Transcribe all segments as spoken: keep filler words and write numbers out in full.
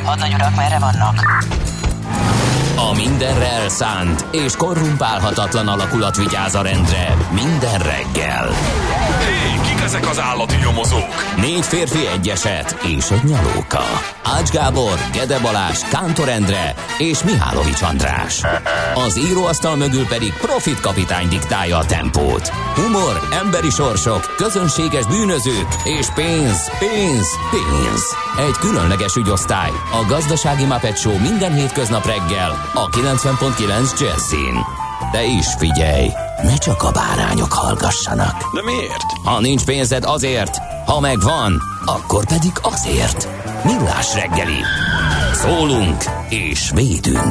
Hadnagyurak merre vannak? A mindenre elszánt és korrumpálhatatlan alakulat vigyáz a rendre minden reggel. Hé, kik ezek az állati nyomozók? Négy férfi, egy eset és egy nyalóka. Ács Gábor, Gede Balázs, Kántor Endre és Mihálovics András. Az íróasztal mögül pedig Profit kapitány diktálja a tempót. Humor, emberi sorsok, közönséges bűnözők és pénz, pénz, pénz. Egy különleges ügyosztály, a Gazdasági Muppet Show minden hétköznap reggel a kilencven pont kilenc Jazzin. De is figyelj, ne csak a bárányok hallgassanak. De miért? Ha nincs pénzed, azért, ha megvan, akkor pedig azért. Millás reggeli. Szólunk és védünk.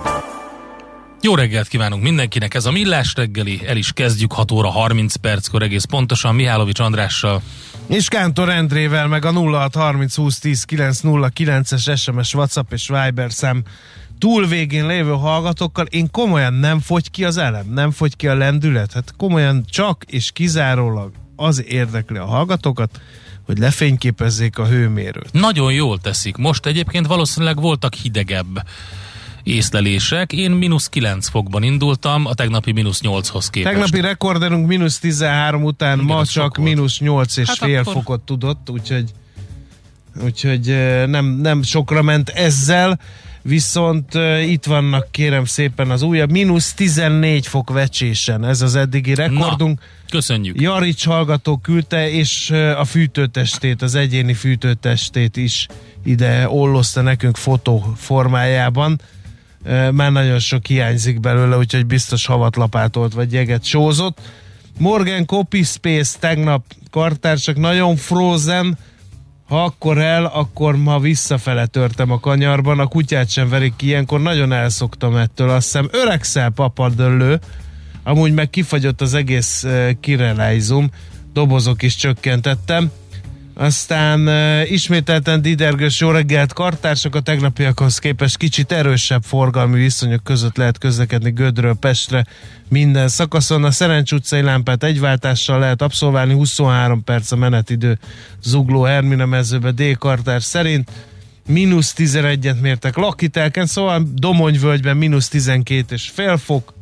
Jó reggelt kívánunk mindenkinek, ez a Millás reggeli, el is kezdjük hat óra harminc perckor egész pontosan Mihálovics Andrással. És Kántor Endrével, meg a nulla hat harminc húsz tíz kilenc nulla kilences es em es, WhatsApp és Viber szám túl végén lévő hallgatókkal. Én komolyan nem fogy ki az elem, nem fogy ki a lendület. Hát komolyan csak és kizárólag az érdekli a hallgatókat, hogy lefényképezzék a hőmérőt. Nagyon jól teszik. Most egyébként valószínűleg voltak hidegebb észlelések. Én mínusz kilenc fokban indultam, a tegnapi mínusz nyolchoz képest. Tegnapi rekorderünk mínusz tizenhárom után, igen, ma csak mínusz nyolc és hát fél akkor... fokot tudott, úgyhogy, úgyhogy nem, nem sokra ment ezzel, viszont itt vannak kérem szépen az újabb, mínusz tizennégy fok Vecsésen, ez az eddigi rekordunk. Na, köszönjük. Jarics hallgató küldte, és a fűtőtestét, az egyéni fűtőtestét is ide ollozta nekünk fotó formájában. Már nagyon sok hiányzik belőle, úgyhogy biztos havatlapátolt vagy jeget sózott. Morgan Copy Space tegnap kartársak, nagyon frozen, ha akkor el, akkor ma visszafele törtem a kanyarban, a kutyát sem verik ki, ilyenkor nagyon elszoktam ettől, azt hiszem öregszel papadöllő, amúgy meg kifagyott az egész uh, kirelejzum, dobozok is csökkentettem. Aztán uh, ismételten didergős jó reggelt kartársak, a tegnapiakhoz képest kicsit erősebb forgalmi viszonyok között lehet közlekedni Gödről Pestre minden szakaszon. A Szerencs utcai lámpát egy váltással lehet abszolválni, huszonhárom perc a menetidő Zugló Hermina mezőbe D kartár szerint. mínusz tizenegyet mértek Lakitelken, szóval Domonyvölgyben mínusz tizenkét és fél fok.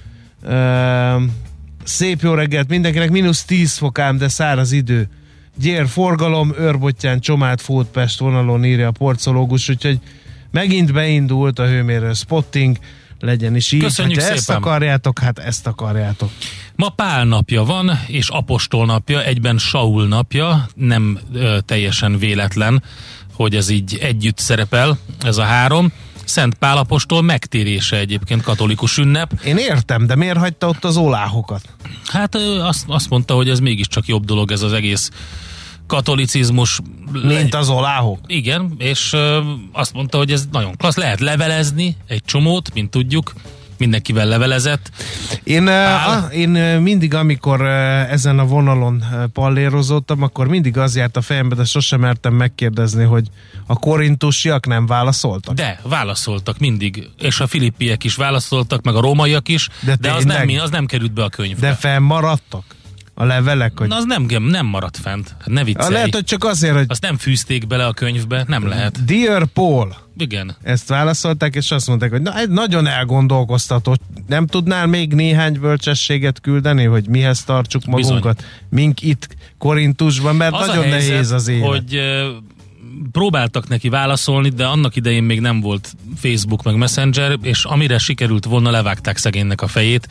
Uh, szép jó reggelt mindenkinek, mínusz tíz fok ám, de száraz idő. Gyér forgalom, Őrbottyán, Csomád, Fót-Pest vonalon, írja a porcológus, úgyhogy megint beindult a hőmérő spotting, legyen is így. Köszönjük ha szépen. Ezt akarjátok, hát ezt akarjátok. Ma Pál napja van, és Apostol napja, egyben Saul napja, nem ö, teljesen véletlen, hogy ez így együtt szerepel, ez a három. Szent Pál apostol megtérése egyébként katolikus ünnep. Én értem, de miért hagyta ott az oláhokat? Hát azt, azt mondta, hogy ez mégiscsak jobb dolog, ez az egész katolicizmus. Mint az oláhok? Igen, és ö, azt mondta, hogy ez nagyon klassz, lehet levelezni egy csomót, mint tudjuk, mindenkivel levelezett. Én, uh, én mindig, amikor uh, ezen a vonalon uh, pallérozottam, akkor mindig az járt a fejembe, de sosem mertem megkérdezni, hogy a korintusiak nem válaszoltak. De, válaszoltak mindig, és a filippiek is válaszoltak, meg a rómaiak is, de, de az, nem, az nem került be a könyvbe. De fennmaradtak a levelek? Hogy... Na, az nem, nem maradt fent. Hát ne viccelj. Lehet, hogy csak azért, hogy... Azt nem fűzték bele a könyvbe, nem lehet. Dear Paul. Igen. Ezt válaszolták, és azt mondták, hogy na, egy nagyon elgondolkoztató. Nem tudnál még néhány bölcsességet küldeni, hogy mihez tartsuk magunkat? Bizony. Mink itt Korintusban, mert az nagyon helyzet, nehéz az élet. Hogy uh, próbáltak neki válaszolni, de annak idején még nem volt Facebook meg Messenger, és amire sikerült volna, levágták szegénynek a fejét,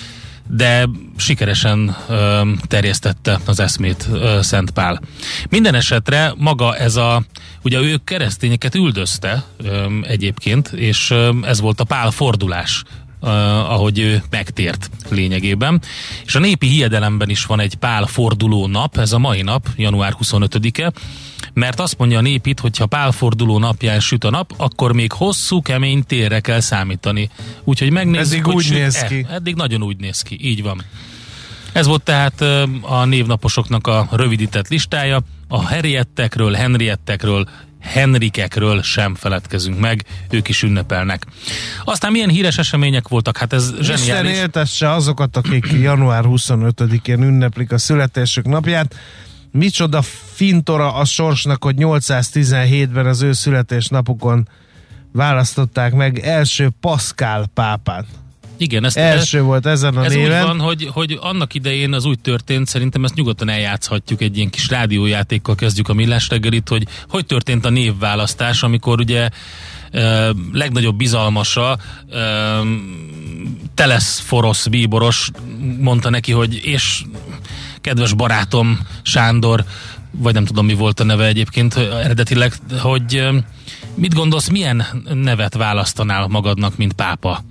de sikeresen ö, terjesztette az eszmét ö, Szent Pál. Minden esetre maga ez a, ugye ő keresztényeket üldözte ö, egyébként, és ö, ez volt a Pál fordulás, ö, ahogy ő megtért lényegében. És a népi hiedelemben is van egy Pál forduló nap, ez a mai nap, január huszonötödike, mert azt mondja a nép itt, hogy ha Pál forduló napján süt a nap, akkor még hosszú, kemény térre kell számítani. Úgyhogy megnézzük, eddig hogy úgy süt, néz ki. E, eddig nagyon úgy néz ki, így van. Ez volt tehát a névnaposoknak a rövidített listája. A Henriettekről, Henriettekről, Henrikekről sem feledkezünk meg, ők is ünnepelnek. Aztán milyen híres események voltak, hát ez zseniális. Isten éltesse azokat, akik január huszonötödikén ünneplik a születésük napját. Micsoda fintora a sorsnak, hogy nyolcszáztizenhétben az ő születésnapukon választották meg első Pascal pápát. Igen, ezt első el, volt ezen a ez néven. Ez úgy van, hogy, hogy annak idején az úgy történt, szerintem ezt nyugodtan eljátszhatjuk, egy ilyen kis rádiójátékkal kezdjük a Millás reggelit, hogy hogy történt a névválasztás, amikor ugye uh, legnagyobb bizalmasa uh, Teleszforosz bíboros mondta neki, hogy és kedves barátom Sándor, vagy nem tudom mi volt a neve egyébként eredetileg, hogy uh, mit gondolsz, milyen nevet választanál magadnak, mint pápa?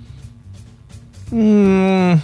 Mm,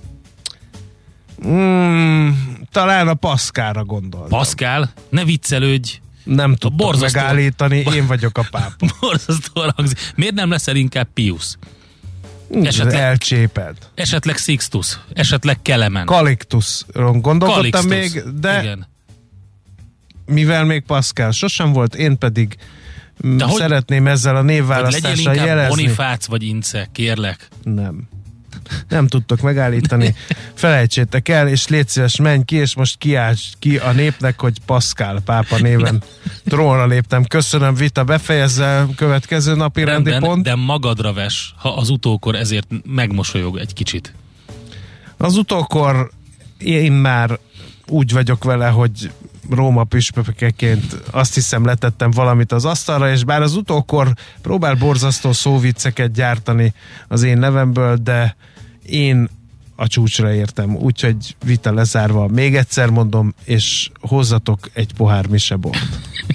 mm, talán a Pascalra gondoltam. Pascal? Ne viccelődj! Nem tudtam borzasztó, megállítani, én vagyok a pápa. Borzasztóan hangzik. Miért nem leszel inkább Pius? Esetleg, elcséped. Esetleg Sixtus, esetleg Kelemen. Calixtusról gondolkodtam Calixtus. még, de igen. Mivel még Pascal sosem volt, én pedig de szeretném hogy, ezzel a névválasztással jelezni. Legyél inkább Bonifác vagy Ince, kérlek. Nem. Nem tudtok megállítani. Felejtsétek el, és légy szíves, menj ki, és most kiálts ki a népnek, hogy Pascal pápa néven trónra léptem. Köszönöm, vita befejezzel, következő napi rendi Rendben, pont. De magadra ves, ha az utókor ezért megmosolyog egy kicsit. Az utókor én már úgy vagyok vele, hogy Róma püspökeként azt hiszem letettem valamit az asztalra, és bár az utókor próbál borzasztó szóvicceket gyártani az én nevemből, de én a csúcsra értem, úgyhogy vita lezárva. Még egyszer mondom, és hozzatok egy pohár misebort.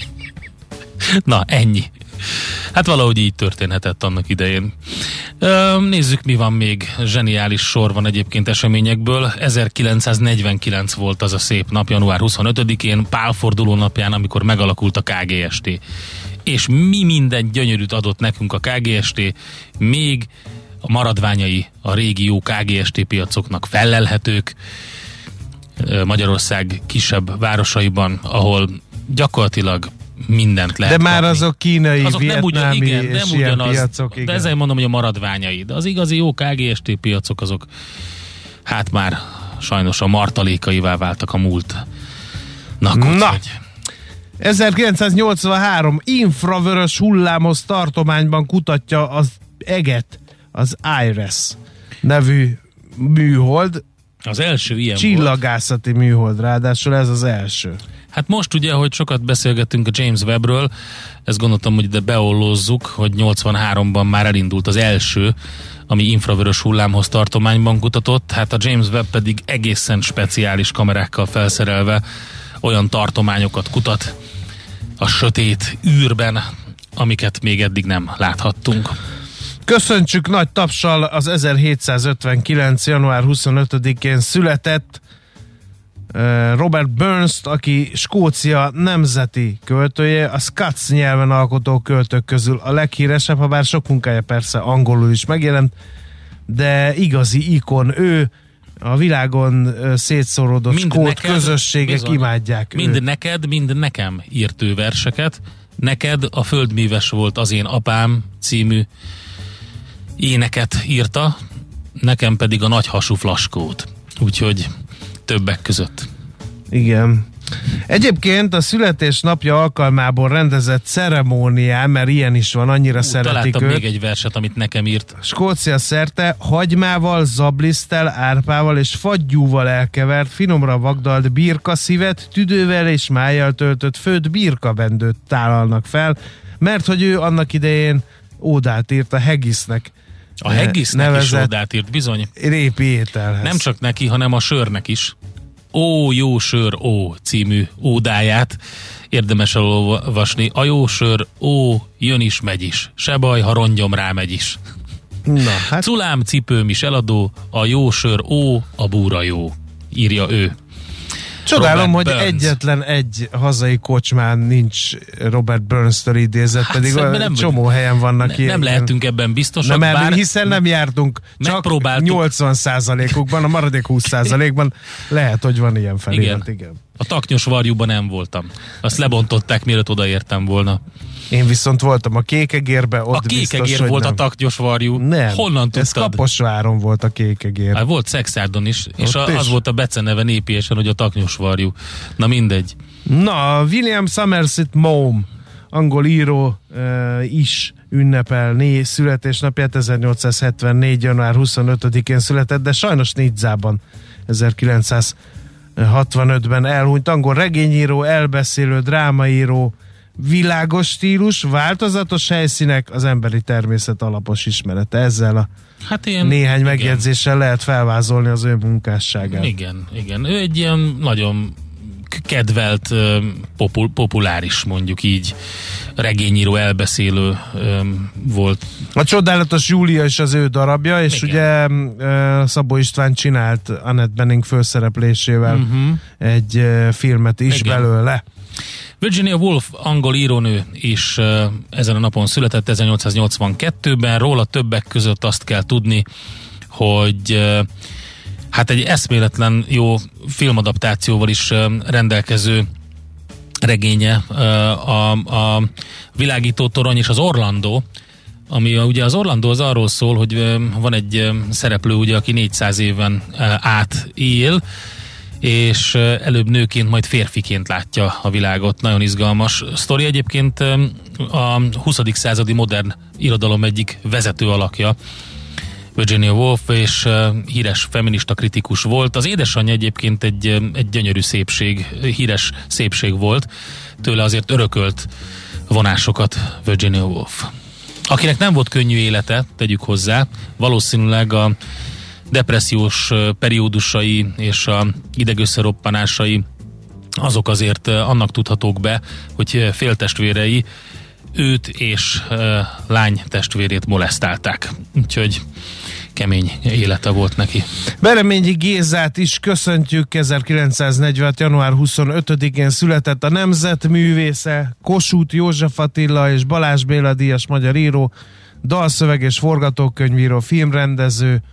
Na, ennyi. Hát valahogy így történhetett annak idején. Nézzük, mi van még. Zseniális sor van egyébként eseményekből. ezerkilencszáznegyvenkilenc volt az a szép nap, január huszonötödikén, pálforduló napján, amikor megalakult a ká gé es té. És mi minden gyönyörűt adott nekünk a ká gé es té, még a maradványai a régi jó ká gé es té piacoknak fellelhetők Magyarország kisebb városaiban, ahol gyakorlatilag mindent lehet de már kapni. Azok kínai, azok vietnámi nem ugyan, igen, és nem ilyen ugyanaz, piacok. Igen. De ezzel mondom, hogy a maradványai. De az igazi jó ká gé es té piacok, azok hát már sajnos a martalékaivá váltak a múltnak. Na! Hogy... ezerkilencszáznyolcvanhárom infravörös hullámos tartományban kutatja az eget az I R E S nevű műhold. Az első ilyen csillagászati volt. műhold, ráadásul ez az első. Hát most ugye, hogy sokat beszélgettünk a James Webbről, ezt gondoltam, hogy ide beollózzuk, hogy nyolcvanháromban már elindult az első, ami infravörös hullámhoz tartományban kutatott, hát a James Webb pedig egészen speciális kamerákkal felszerelve olyan tartományokat kutat a sötét űrben, amiket még eddig nem láthattunk. Köszöntsük nagy tapssal az ezerhétszázötvenkilenc. január huszonötödikén született Robert Burns-t, aki Skócia nemzeti költője, a Scots nyelven alkotó költők közül a leghíresebb, ha bár sok munkája persze angolul is megjelent, de igazi ikon ő, a világon szétszóródott mind skót neked, közösségek bizony, imádják mind őt. neked, mind nekem írt ő verseket. Neked a Földműves volt az én apám című éneket írta, nekem pedig a Nagyhasú flaskót. Úgyhogy többek között. Igen. Egyébként a születésnapja alkalmából rendezett ceremónián, mert ilyen is van, annyira Ú, szeretik találtam őt. még egy verset, amit nekem írt. Skócia szerte hagymával, zabliszttel, árpával és fagyúval elkevert, finomra vagdalt birka szívet, tüdővel és májjal töltött főtt birkabendőt tálalnak fel, mert hogy ő annak idején ódát írt a Heggisnek. A Heggisnek is ódát írt, bizony. Répi ételhez. Nem csak neki, hanem a sörnek is. Ó, jó sör, ó című ódáját érdemes elolvasni. A jó sör, ó, jön is, megy is. Se baj, ha rongyom rá megy is. Na, hát... Culám, cipőm is eladó, a jó sör, ó, a búra jó, írja ő. Csodálom, Robert hogy Burns. Egyetlen egy hazai kocsmán nincs Robert Burns-től idézett, hát pedig nem, csomó helyen vannak ne, ilyen. Nem lehetünk ebben biztosak, nem, bár hiszen nem jártunk, csak nyolcvan százalékukban, a maradék húsz százalékban lehet, hogy van ilyen felirat, igen. igen. A Taknyos varjúban nem voltam. Azt lebontották, mielőtt odaértem volna. Én viszont voltam a Kékegérbe, ott a Kékegér biztos, volt nem. a taknyos varjú. Nem, Honnan tudtad? ez Kaposváron volt a Kékegér. Hát volt Szexárdon is, Ott és a, is. az volt a beceneve népiesen, hogy a taknyos varjú. Na mindegy. Na, William Somerset Maugham, angol író uh, is ünnepelné születésnapját, ezernyolcszázhetvennégy. január huszonötödikén született, de sajnos Nizzában ezerkilencszázhatvanötben elhunyt. Angol regényíró, elbeszélő, drámaíró, világos stílus, változatos helyszínek, az emberi természet alapos ismerete. Ezzel a Hát ilyen, néhány igen. megjegyzéssel lehet felvázolni az ő munkásságát. Igen, igen. Ő egy ilyen nagyon kedvelt, popul, populáris, mondjuk így, regényíró, elbeszélő volt. A Csodálatos Júlia is az ő darabja, és igen. ugye Szabó István csinált Annette Bening főszereplésével Uh-huh. egy filmet is Igen. belőle. Virginia Woolf, angol írónő is uh, ezen a napon született, ezernyolcszáznyolcvankettőben. Róla többek között azt kell tudni, hogy uh, hát egy eszméletlen jó filmadaptációval is uh, rendelkező regénye uh, a, a Világító torony és az Orlandó, ami uh, ugye az Orlandó az arról szól, hogy uh, van egy uh, szereplő, ugye, aki négyszáz éven uh, át él, és előbb nőként, majd férfiként látja a világot. Nagyon izgalmas sztori. Egyébként a huszadik századi modern irodalom egyik vezető alakja, Virginia Woolf, és híres feminista kritikus volt. Az édesanyja egyébként egy, egy gyönyörű szépség, híres szépség volt. Tőle azért örökölt vonásokat Virginia Woolf. Akinek nem volt könnyű élete, tegyük hozzá, valószínűleg a depressziós periódusai és a idegösszeroppanásai azok azért annak tudhatók be, hogy féltestvérei őt és lány testvérét molesztálták. Úgyhogy kemény élete volt neki. Bereményi Gézát is köszöntjük, ezerkilencszáznegyvenhat. január huszonötödikén született, a nemzetművésze, Kossuth József Attila és Balázs Béla díjas magyar író, dalszöveg és forgatókönyvíró, filmrendező,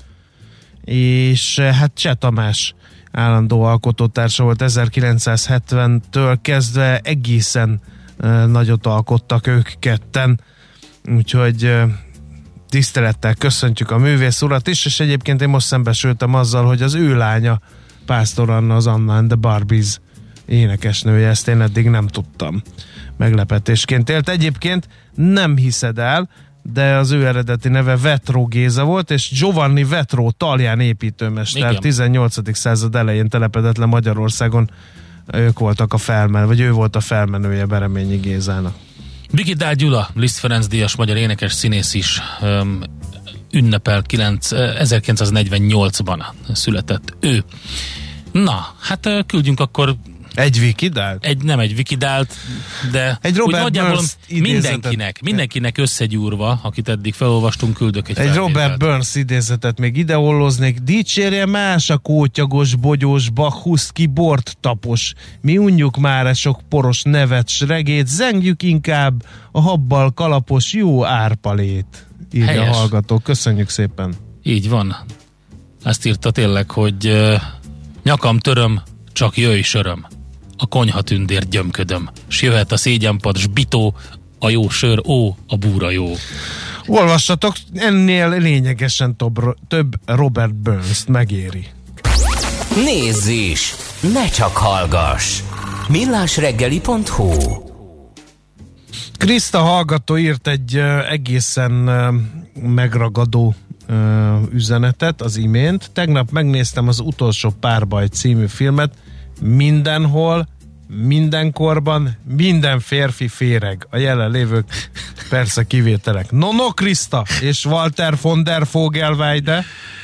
és hát Cseh Tamás állandó alkotótársa volt. ezerkilencszázhetventől kezdve egészen uh, nagyot alkottak ők ketten, úgyhogy uh, tisztelettel köszöntjük a művész urat is, és egyébként én most szembesültem azzal, hogy az ő lánya, Pásztor Anna, az Anna and the Barbies énekesnője, ezt én eddig nem tudtam. Meglepetésként élt. Egyébként nem hiszed el, de az ő eredeti neve Vetro Géza volt, és Giovanni Vetro, talán építőmester, igen. tizennyolcadik század elején telepedett le Magyarországon, ők voltak a felmen, vagy ő volt a felmenője Bereményi Gézának. Viki Dál Gyula, Liszt Ferenc díjas magyar énekes, színész is um, ünnepel kilenc, ezerkilencszáznegyvennyolcban született ő. Na, hát küldjünk akkor Egy Viki Dált? Egy, nem egy Viki Dált, de egy Robert Burns mindenkinek, mindenkinek összegyúrva, akit eddig felolvastunk, küldök egy Egy felvételt. Robert Burns idézetet még ideolloznék. Dicsérje más a kótyagos, bogyós, Bachuszki, bort tapos. Mi unjuk már a sok poros nevet, s regét, zengjük inkább a habbal kalapos jó árpalét. Írja Helyes. a hallgató. Köszönjük szépen. Így van. Azt írta tényleg, hogy uh, nyakam töröm, csak jöjj söröm. A konyha tündér gyömködöm. S jöhet a szégyenpad, s bitó, a jó sör, ó, a búra jó. Olvassatok, ennél lényegesen több, több Robert Burns-t megéri. Nézz is! Ne csak hallgass! millásreggeli pont hu Kriszta hallgató írt egy uh, egészen uh, megragadó uh, üzenetet az imént. Tegnap megnéztem az Utolsó párbaj című filmet. Mindenhol, mindenkorban, minden férfi féreg. A jelenlévők persze kivételek. No, no, Kriszta és Walter von der Vogelweide.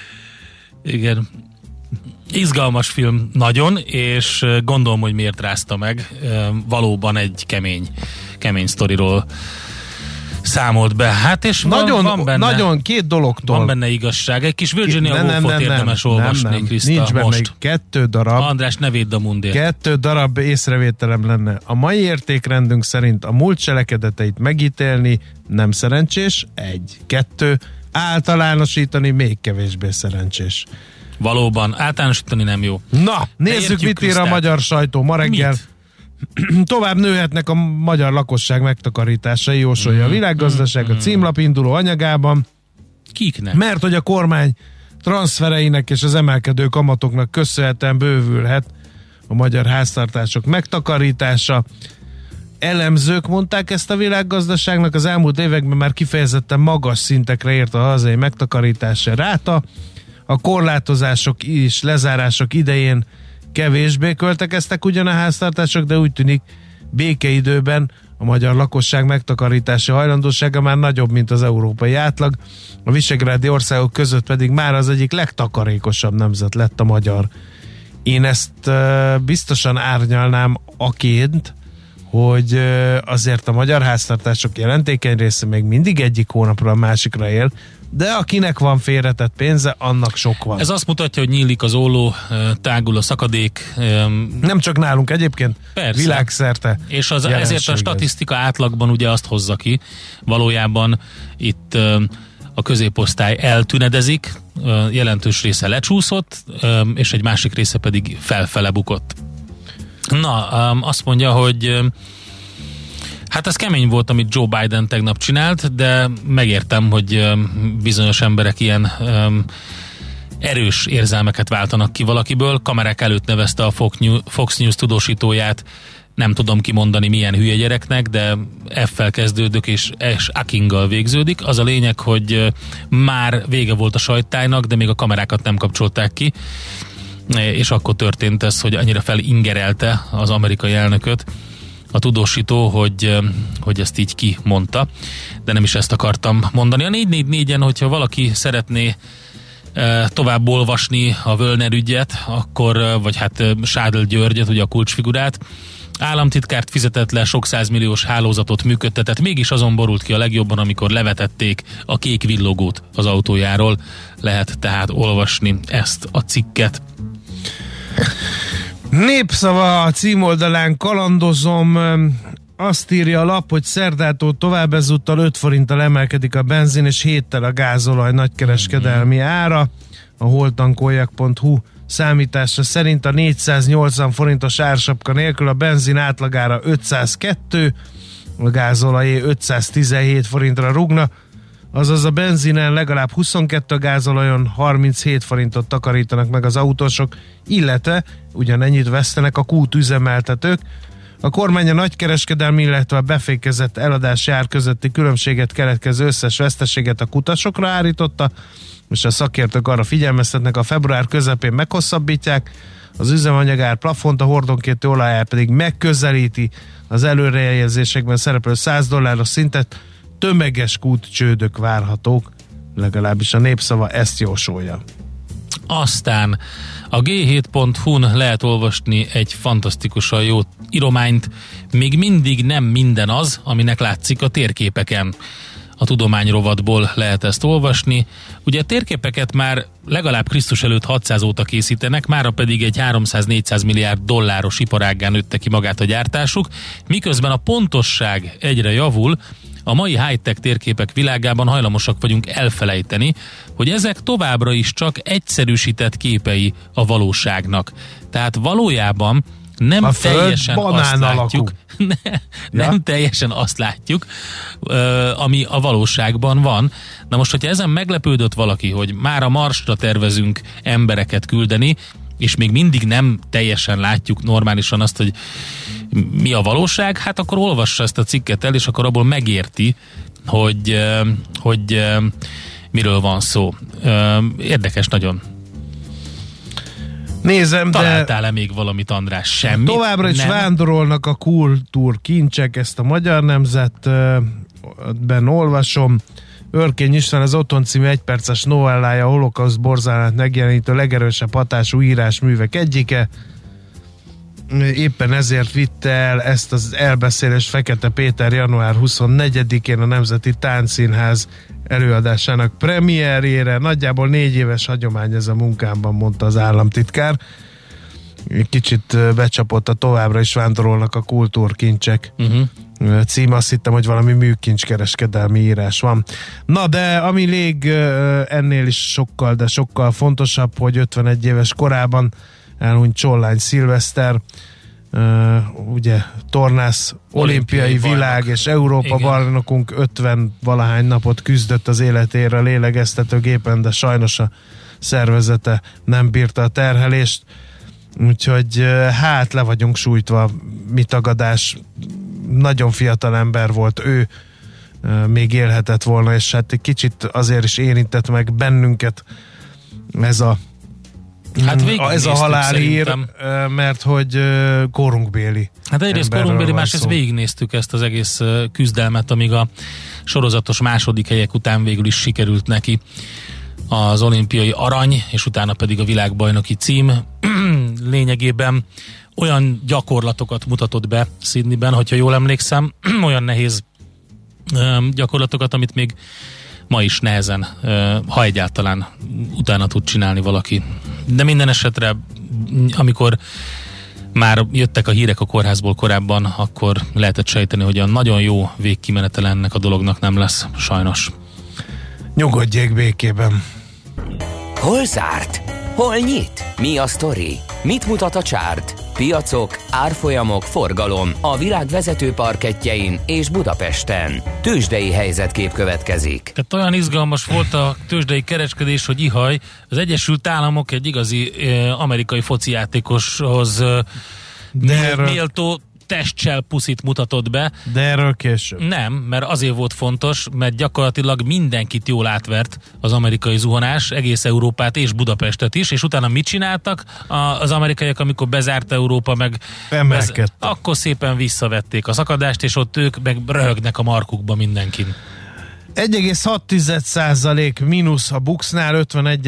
Igen. Izgalmas film nagyon, és gondolom, hogy miért rázta meg. Valóban egy kemény, kemény sztoriról számolt be. Hát és Nagyon, van, van benne, nagyon két dologtól. Van benne igazság. Egy kis Virginia Woolfot érdemes nem, olvasni, nem, Kriszta, nincs benne most. kettő darab. András, ne védd a mundért. Kettő darab észrevételem lenne. A mai értékrendünk szerint a múlt cselekedeteit megítélni nem szerencsés. Egy. Kettő. Általánosítani még kevésbé szerencsés. Valóban, általánosítani nem jó. Na, nézzük, értjük mit ír a Krisztát. magyar sajtó ma reggel. Mit? Tovább nőhetnek a magyar lakosság megtakarításai, jósolja a Világgazdaság a címlap induló anyagában. Kiknek? Mert hogy a kormány transzfereinek és az emelkedő kamatoknak köszönhetően bővülhet a magyar háztartások megtakarítása. Elemzők mondták ezt a Világgazdaságnak, az elmúlt években már kifejezetten magas szintekre ért a hazai megtakarítási ráta. A korlátozások és lezárások idején kevésbé költekeztek ugyan a háztartások, de úgy tűnik békeidőben a magyar lakosság megtakarítási hajlandósága már nagyobb, mint az európai átlag. A visegrádi országok között pedig már az egyik legtakarékosabb nemzet lett a magyar. Én ezt uh, biztosan árnyalnám aként, hogy uh, azért a magyar háztartások jelentékeny része még mindig egyik hónapra a másikra él, de akinek van félretett pénze, annak sok van. Ez azt mutatja, hogy nyílik az olló, tágul a szakadék. Nem csak nálunk egyébként, persze. Világszerte. És az, ezért a statisztika átlagban ugye azt hozza ki, valójában itt a középosztály eltünedezik, jelentős része lecsúszott, és egy másik része pedig felfele bukott. Na, azt mondja, hogy hát ez kemény volt, amit Joe Biden tegnap csinált, de megértem, hogy bizonyos emberek ilyen um, erős érzelmeket váltanak ki valakiből. Kamerák előtt nevezte a Fox News tudósítóját, nem tudom kimondani milyen hülye gyereknek, de F-fel kezdődök és S. Akinggal végződik. Az a lényeg, hogy már vége volt a sajttájnak, de még a kamerákat nem kapcsolták ki, és akkor történt ez, hogy annyira felingerelte az amerikai elnököt a tudósító, hogy, hogy ezt így kimondta, de nem is ezt akartam mondani. A négy négy négyen, hogyha valaki szeretné tovább olvasni a Völner ügyet, akkor, vagy hát Sádl Györgyet, ugye a kulcsfigurát, államtitkárt fizetett le, sok százmilliós hálózatot működtetett, mégis azon borult ki a legjobban, amikor levetették a kék villogót az autójáról. Lehet tehát olvasni ezt a cikket. Népszava a címoldalán kalandozom, azt írja a lap, hogy szerdától tovább ezúttal öt forinttal emelkedik a benzin és héttel a gázolaj nagykereskedelmi ára. A holtankoljak pont hu számítása szerint a négyszáznyolcvan forintos ársapka nélkül a benzin átlagára ötszázkettő, a gázolajé ötszáztizenhét forintra rúgna, azaz a benzinen legalább huszonkettő, a gázolajon harminchét forintot takarítanak meg az autósok, illetve ugyanennyit vesztenek a kút üzemeltetők. A kormány a nagykereskedelmi, illetve a befékezett eladási ár közötti különbséget, keletkező összes veszteséget a kutasokra árította, és a szakértők arra figyelmeztetnek, a február közepén meghosszabbítják az üzemanyagár plafont, a hordonkénti olajár pedig megközelíti az előrejelzésekben szereplő száz dolláros szintet, tömeges kútcsődök várhatók, legalábbis a Népszava ezt jósolja. Aztán a gé hét pont hu-n lehet olvasni egy fantasztikusan jó írományt, még mindig nem minden az, aminek látszik a térképeken. A tudomány rovatból lehet ezt olvasni. Ugye a térképeket már legalább Krisztus előtt hatszáz óta készítenek, mára pedig egy háromszáz-négyszáz milliárd dolláros iparággá nőtte ki magát a gyártásuk, miközben a pontosság egyre javul. A mai high-tech térképek világában hajlamosak vagyunk elfelejteni, hogy ezek továbbra is csak egyszerűsített képei a valóságnak. Tehát valójában nem a teljesen azt látjuk, ne, ja? nem teljesen azt látjuk, ami a valóságban van. Na most, hogyha ezen meglepődött valaki, hogy már a Marsra tervezünk embereket küldeni, és még mindig nem teljesen látjuk normálisan azt, hogy mi a valóság, hát akkor olvassa ezt a cikket el, és akkor abból megérti, hogy, hogy miről van szó. Érdekes nagyon. Nézem, találtál-e még valamit, András? Semmit? Továbbra is nem. vándorolnak a kultúrkincsek, ezt a Magyar Nemzetben olvasom. Örkény István az Otthon című egyperces novellája, a holokauszt borzalmát megjelenítő legerősebb hatású írásművek egyike. Éppen ezért vitte el ezt az elbeszélést Fekete Péter január huszonnegyedikén a Nemzeti Táncszínház előadásának premierjére. Nagyjából négy éves hagyomány ez a munkámban, mondta az államtitkár. Kicsit becsapott a továbbra is vándorolnak a kultúrkincsek. Uh-huh. Cím, azt hittem, hogy valami műkincskereskedelmi írás van. Na, de ami még ennél is sokkal, de sokkal fontosabb, hogy ötvenegy éves korában elhunyt Csollány Szilveszter, uh, ugye tornász, olimpiai, olimpiai világ bajnok. És Európa igen. bajnokunk ötven valahány napot küzdött az életére a lélegeztetőgépen, de sajnos a szervezete nem bírta a terhelést, úgyhogy hát le vagyunk sújtva, mi tagadás, nagyon fiatal ember volt ő, még élhetett volna, és hát egy kicsit azért is érintett meg bennünket ez a hát ez a halálhír, szerintem. Mert hogy korunkbéli. Hát egyrészt korunkbéli, másrészt végignéztük ezt az egész küzdelmet, amíg a sorozatos második helyek után végül is sikerült neki az olimpiai arany, és utána pedig a világbajnoki cím. Lényegében olyan gyakorlatokat mutatott be Sydneyben, hogyha jól emlékszem, olyan nehéz gyakorlatokat, amit még ma is nehezen, ha egyáltalán utána tud csinálni valaki. De minden esetre, amikor már jöttek a hírek a kórházból korábban, akkor lehetett sejteni, hogy a nagyon jó végkimenetele ennek a dolognak nem lesz, sajnos. Nyugodjék békében. Hol zárt? Hol nyit? Mi a sztori? Mit mutat a csárt? Piacok, árfolyamok, forgalom a világ vezető parkettjein és Budapesten. Tőzsdei helyzetkép következik. Tehát olyan izgalmas volt a tőzsdei kereskedés, hogy ihaj, az Egyesült Államok egy igazi eh, amerikai foci játékoshoz eh, méltó testcsel puszit mutatott be. De erről később. Nem, mert azért volt fontos, mert gyakorlatilag mindenkit jól átvert az amerikai zuhanás, egész Európát és Budapestet is, és utána mit csináltak az amerikaiak, amikor bezárt Európa, meg bez... akkor szépen visszavették a szakadást, és ott ők meg röhögnek a markukba mindenkin. egy egész hat százalék mínusz a Buxnál,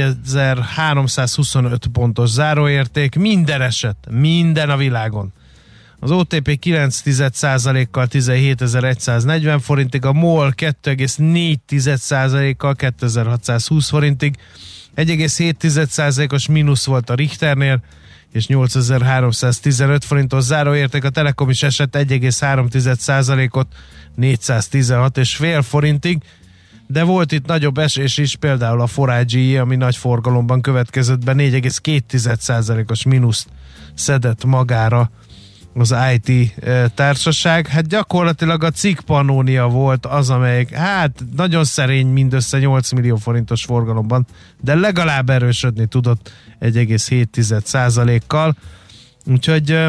ötvenegyezer-háromszázhuszonöt pontos záróérték, minden eset, minden a világon. Az o té pé kilenc százalékkal tizenhétezer-száznegyven forintig, a MOL kettő egész négy százalékkal kétezer-hatszázhúsz forintig, egy egész hét százalékos mínusz volt a Richternél, és nyolcezer-háromszáztizenöt forintos záróérték, a Telekom is esett egy egész három százalékot négyszáztizenhat egész öt forintig, de volt itt nagyobb esés is, például a four i gé, ami nagy forgalomban következett be, négy egész két százalékos mínuszt szedett magára az i té társaság. Hát gyakorlatilag a cikk Pannonia volt az, amelyik hát nagyon szerény, mindössze nyolc millió forintos forgalomban, de legalább erősödni tudott egy egész hét százalékkal. Úgyhogy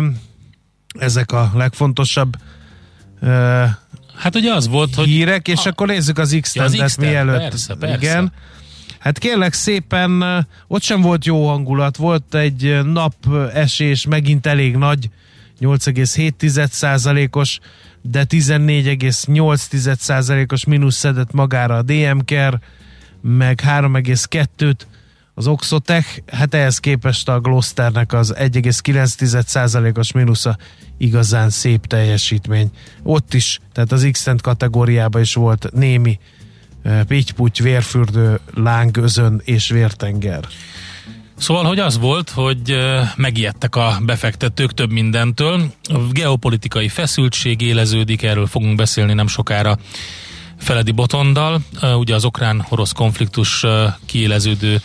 ezek a legfontosabb hát ugye az volt, hogy hírek, és a... akkor nézzük az X-tendet ja, mielőtt. Persze, persze. Igen. Hát kérlek szépen, ott sem volt jó hangulat, volt egy napesés, megint elég nagy, nyolc egész hét százalékos, de tizennégy egész nyolc százalékos mínusz szedett magára a dé em Care, meg három egész kettő az Oxotec, hát ehhez képest a Glosternek az egy egész kilenc százalékos mínusza igazán szép teljesítmény. Ott is, tehát az X-Tent kategóriában is volt némi pitty-putty, vérfürdő, lángözön és vértenger. Szóval, hogy az volt, hogy megijedtek a befektetők több mindentől. A geopolitikai feszültség éleződik, erről fogunk beszélni nem sokára Feledi Botondal. Ugye az ukrán-orosz konfliktus kiéleződő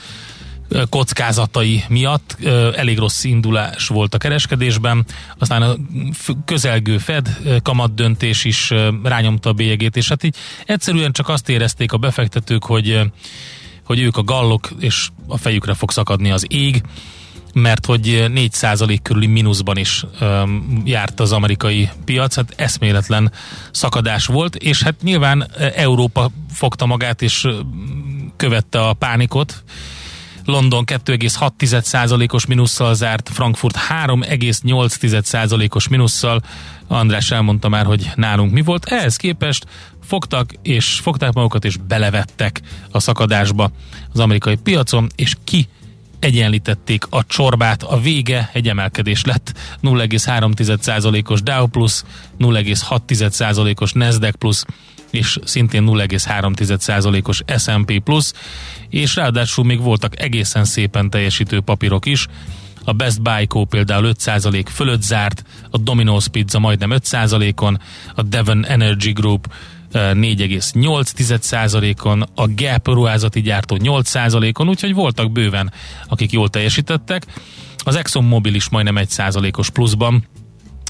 kockázatai miatt elég rossz indulás volt a kereskedésben, aztán a közelgő Fed kamatdöntés is rányomta a bélyegét, és hát így egyszerűen csak azt érezték a befektetők, hogy hogy ők a gallok, és a fejükre fog szakadni az ég, mert hogy négy százalék körüli mínuszban is um, járt az amerikai piac, hát eszméletlen szakadás volt, és hát nyilván Európa fogta magát, és követte a pánikot. London kettő egész hat százalékos mínusszal zárt, Frankfurt három egész nyolc százalékos mínusszal. András elmondta már, hogy nálunk mi volt. Ehhez képest fogtak és fogták magukat és belevettek a szakadásba az amerikai piacon, és ki egyenlítették a csorbát. A vége egy emelkedés lett, nulla egész három százalékos Dow plusz, nulla egész hat százalékos Nasdaq plusz, és szintén nulla egész három százalékos es and pé plusz, és ráadásul még voltak egészen szépen teljesítő papírok is. A Best Buy Co. például öt százalék fölött zárt, a Domino's Pizza majdnem öt százalékon, a Devon Energy Group négy egész nyolc százalékon, a Gap ruházati gyártó nyolc százalékon, úgyhogy voltak bőven, akik jól teljesítettek. Az ExxonMobil is majdnem egy százalékos pluszban,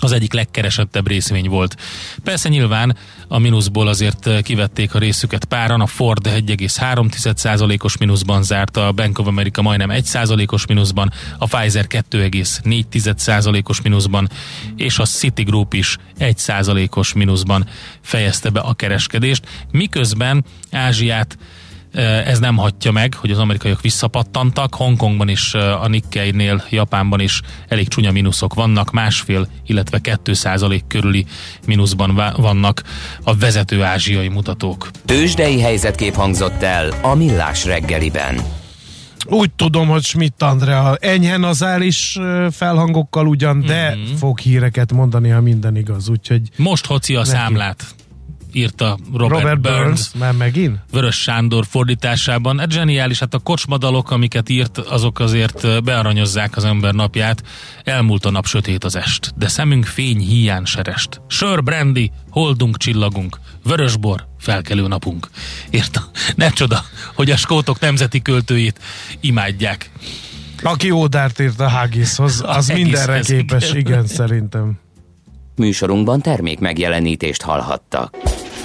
az egyik legkeresettebb részvény volt. Persze nyilván a mínuszból azért kivették a részüket páran, a Ford egy egész három százalékos mínuszban zárt, a Bank of America majdnem egy százalékos mínuszban, a Pfizer két egész négy százalékos mínuszban, és a Citigroup is egy százalékos mínuszban fejezte be a kereskedést, miközben Ázsiát ez nem hagyja meg, hogy az amerikaiak visszapattantak. Hongkongban is, a Nikkeinél, Japánban is elég csúnya mínuszok vannak, másfél, illetve kettő százalék körüli mínuszban vannak a vezető ázsiai mutatók. Tőzsdei helyzetkép hangzott el a Millás reggeliben. Úgy tudom, hogy Schmidt Andrea enyhen az is felhangokkal ugyan, de mm-hmm. fog híreket mondani, ha minden igaz, úgyhogy... Most hoci a neki. Számlát, írta Robert, Robert Burns, Burns, már megint? Vörös Sándor fordításában. Hát zseniális, hát a kocsmadalok, amiket írt, azok azért bearanyozzák az ember napját. Elmúlt a nap, sötét az est, de szemünk fény híján serest. Sör, brandy, holdunk, csillagunk, vörösbor, felkelő napunk. Írta. Ne csoda, hogy a skótok nemzeti költőjét imádják. Aki ódárt írt a Huggieshoz, az a mindenre képes, igen. igen, szerintem. Műsorunkban termék megjelenítést hallhattak.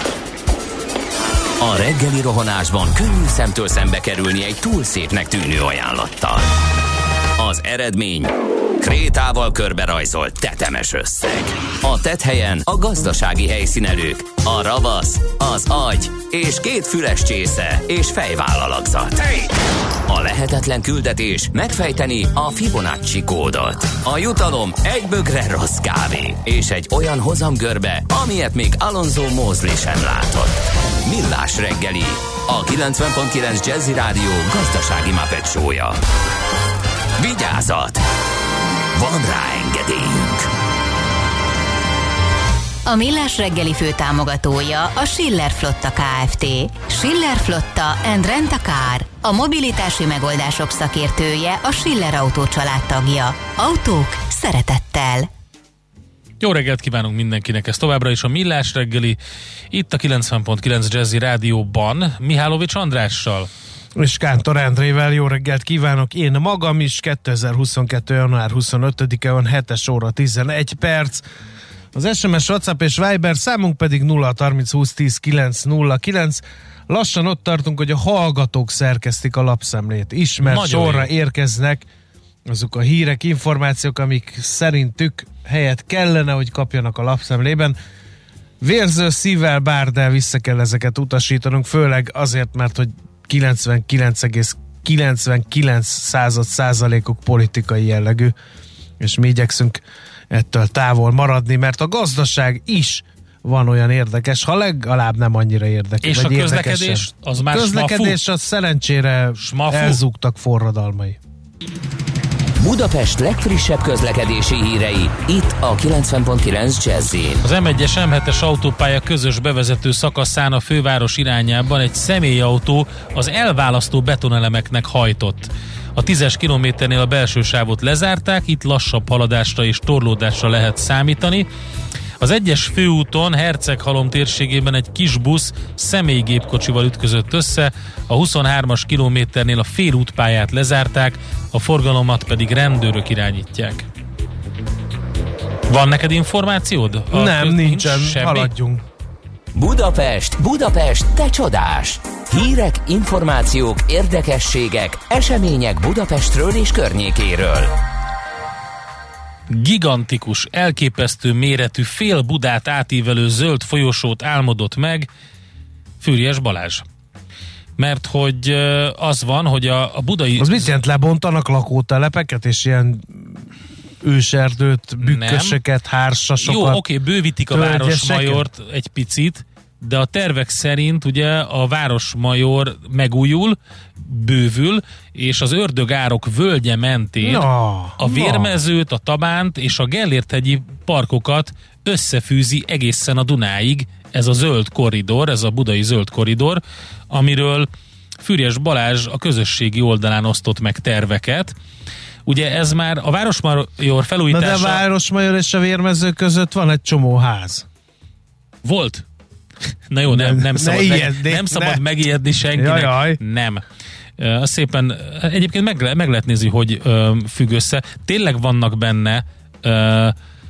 A reggeli rohanásban könnyű szemtől szembe kerülni egy túl szépnek tűnő ajánlattal. Az eredmény krétával körberajzolt tetemes összeg. A tetthelyen a gazdasági helyszínelők, a ravasz, az agy és két füles csésze és fejvállalakzat. A lehetetlen küldetés megfejteni a Fibonacci kódot. A jutalom egy bögre rossz kávé és egy olyan hozamgörbe, amilyet még Alonso Mosley sem látott. Millás reggeli, a kilencven pont kilenc Jazzy Rádió gazdasági Muppet show-ja. Vigyázat! Van rá engedélyünk! A Millás reggeli főtámogatója a Schiller Flotta Kft. Schiller Flotta and Rent a Car. A mobilitási megoldások szakértője, a Schiller Autó családtagja. Autók szeretettel. Jó reggelt kívánunk mindenkinek, ez továbbra is a Millás reggeli, itt a kilencven pont kilenc Jazzy Rádióban, Mihálovics Andrással. És Kántor Endrével jó reggelt kívánok, én magam is, kétezer-huszonkettő. január huszonötödike van, hetes óra tizenegy perc. Az es em es, WhatsApp és Viber számunk pedig nulla harminc húsz tíz kilenc nulla kilenc. Lassan ott tartunk, hogy a hallgatók szerkesztik a lapszemlét. Ismert Nagyon sorra jó. Érkeznek azok a hírek, információk, amik szerintük helyet kellene, hogy kapjanak a lapszemlében. Vérző szívvel bár, de vissza kell ezeket utasítanunk, főleg azért, mert hogy kilencvenkilenc egész kilencvenkilenc százalékuk politikai jellegű, és mi igyekszünk ettől távol maradni, mert a gazdaság is van olyan érdekes, ha legalább nem annyira érdekes. És a közlekedés? Az már közlekedés smafu? Az szerencsére smafu? Elzúgtak forradalmai. Budapest legfrissebb közlekedési hírei, itt a kilencven pont kilenc Jazzy. Az em egyes em hetes autópálya közös bevezető szakaszán a főváros irányában egy személyautó az elválasztó betonelemeknek hajtott. A tízes kilométernél a belső sávot lezárták, itt lassabb haladásra és torlódásra lehet számítani. Az egyes főúton Herceghalom térségében egy kis busz személygépkocsival ütközött össze, a huszonhármas kilométernél a félútpályát lezárták, a forgalomat pedig rendőrök irányítják. Van neked információd? A Nem, köz... nincsen, nincs haladjunk. Budapest, Budapest, te csodás! Hírek, információk, érdekességek, események Budapestről és környékéről. Gigantikus, elképesztő méretű, fél Budát átívelő zöld folyosót álmodott meg Füriyes Balázs. Mert hogy az van, hogy a, a budai... Az mit jelent, lebontanak lakótelepeket, és ilyen őserdőt, bükkösöket, hársasokat? Jó, oké, bővítik a Városmajort egy picit, de a tervek szerint ugye a Városmajor megújul, bővül, és az Ördögárok völgye mentén no, a Vérmezőt, a Tabánt és a Gellért-hegyi parkokat összefűzi egészen a Dunáig ez a zöld korridor, ez a budai zöld korridor, amiről Füriyes Balázs a közösségi oldalán osztott meg terveket. Ugye ez már a Városmajor felújítása... Na de a Városmajor és a Vérmező között van egy csomó ház. Volt? Na jó, nem, nem szabad, ijed, meg, nem szabad ne. megijedni senkinek. Jajjaj. Nem. Uh, szépen, egyébként meg, meg lehet nézni, hogy uh, függ össze. Tényleg vannak benne uh,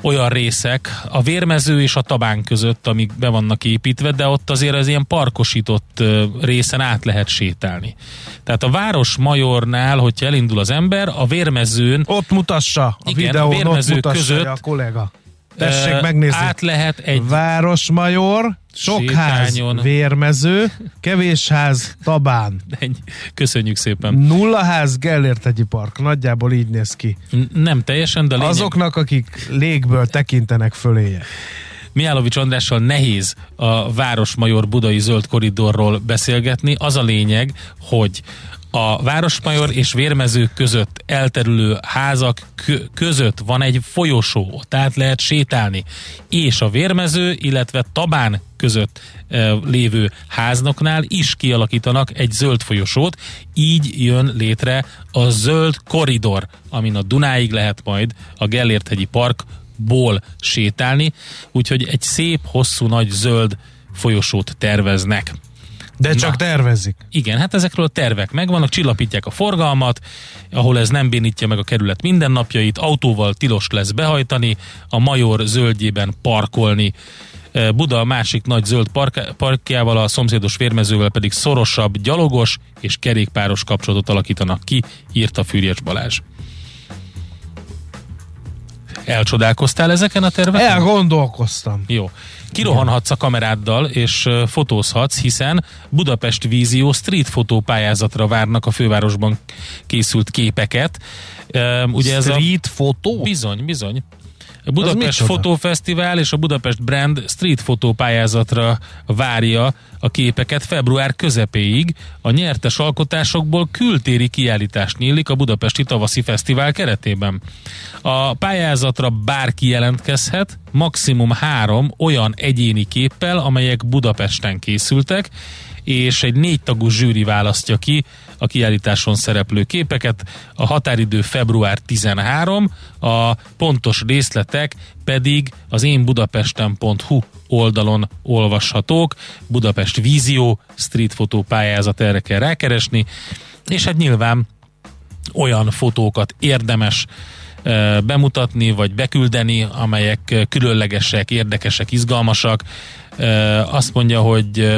olyan részek a Vérmező és a Tabán között, amik be vannak építve, de ott azért az ilyen parkosított részen át lehet sétálni. Tehát a Városmajornál, hogyha elindul az ember, a Vérmezőn... Ott mutassa a igen, videón, a Vérmező ott mutassa között a kollega. Tessék megnézni. Át lehet egy... Városmajor, sok ház, Vérmező, kevés ház, Tabán. Köszönjük szépen. Nulla ház, Gellérthegyi Park. Nagyjából így néz ki. Nem teljesen, de lényeg... Azoknak, akik légből tekintenek föléje. Mihálovics Andrással nehéz a Városmajor budai zöld koridorról beszélgetni. Az a lényeg, hogy a Városmajor és Vérmező között elterülő házak között van egy folyosó, ott át lehet sétálni, és a Vérmező, illetve Tabán között e, lévő háznoknál is kialakítanak egy zöld folyosót, így jön létre a zöld koridor, amin a Dunáig lehet majd a Gellérthegyi Parkból sétálni, úgyhogy egy szép, hosszú, nagy zöld folyosót terveznek. De csak Na, tervezik. Igen, hát ezekről a tervek megvannak, csillapítják a forgalmat, ahol ez nem bénítja meg a kerület mindennapjait, autóval tilos lesz behajtani, a Major zöldjében parkolni. Buda a másik nagy zöld park- parkjával, a szomszédos Vérmezővel pedig szorosabb, gyalogos és kerékpáros kapcsolatot alakítanak ki, írta Füriyes Balázs. Elcsodálkoztál ezeken a terveken? Elgondolkoztam. Jó. Kirohanhatsz a kameráddal és fotózhatsz, hiszen Budapest Vízió street fotó pályázatra várnak a fővárosban készült képeket. Ugye street ez a... fotó? Bizony, bizony. A Budapest Fotófesztivál és a Budapest Brand street fotó pályázatra várja a képeket február közepéig. A nyertes alkotásokból kültéri kiállítás nyílik a Budapesti Tavaszi Fesztivál keretében. A pályázatra bárki jelentkezhet, maximum három olyan egyéni képpel, amelyek Budapesten készültek, és egy négy tagú zsűri választja ki a kiállításon szereplő képeket. A határidő február tizenharmadika, a pontos részletek pedig az én budapesten pont hu oldalon olvashatók. Budapest Vízió street fotó pályázat, erre kell rákeresni, és hát nyilván olyan fotókat érdemes e, bemutatni, vagy beküldeni, amelyek különlegesek, érdekesek, izgalmasak. E, azt mondja, hogy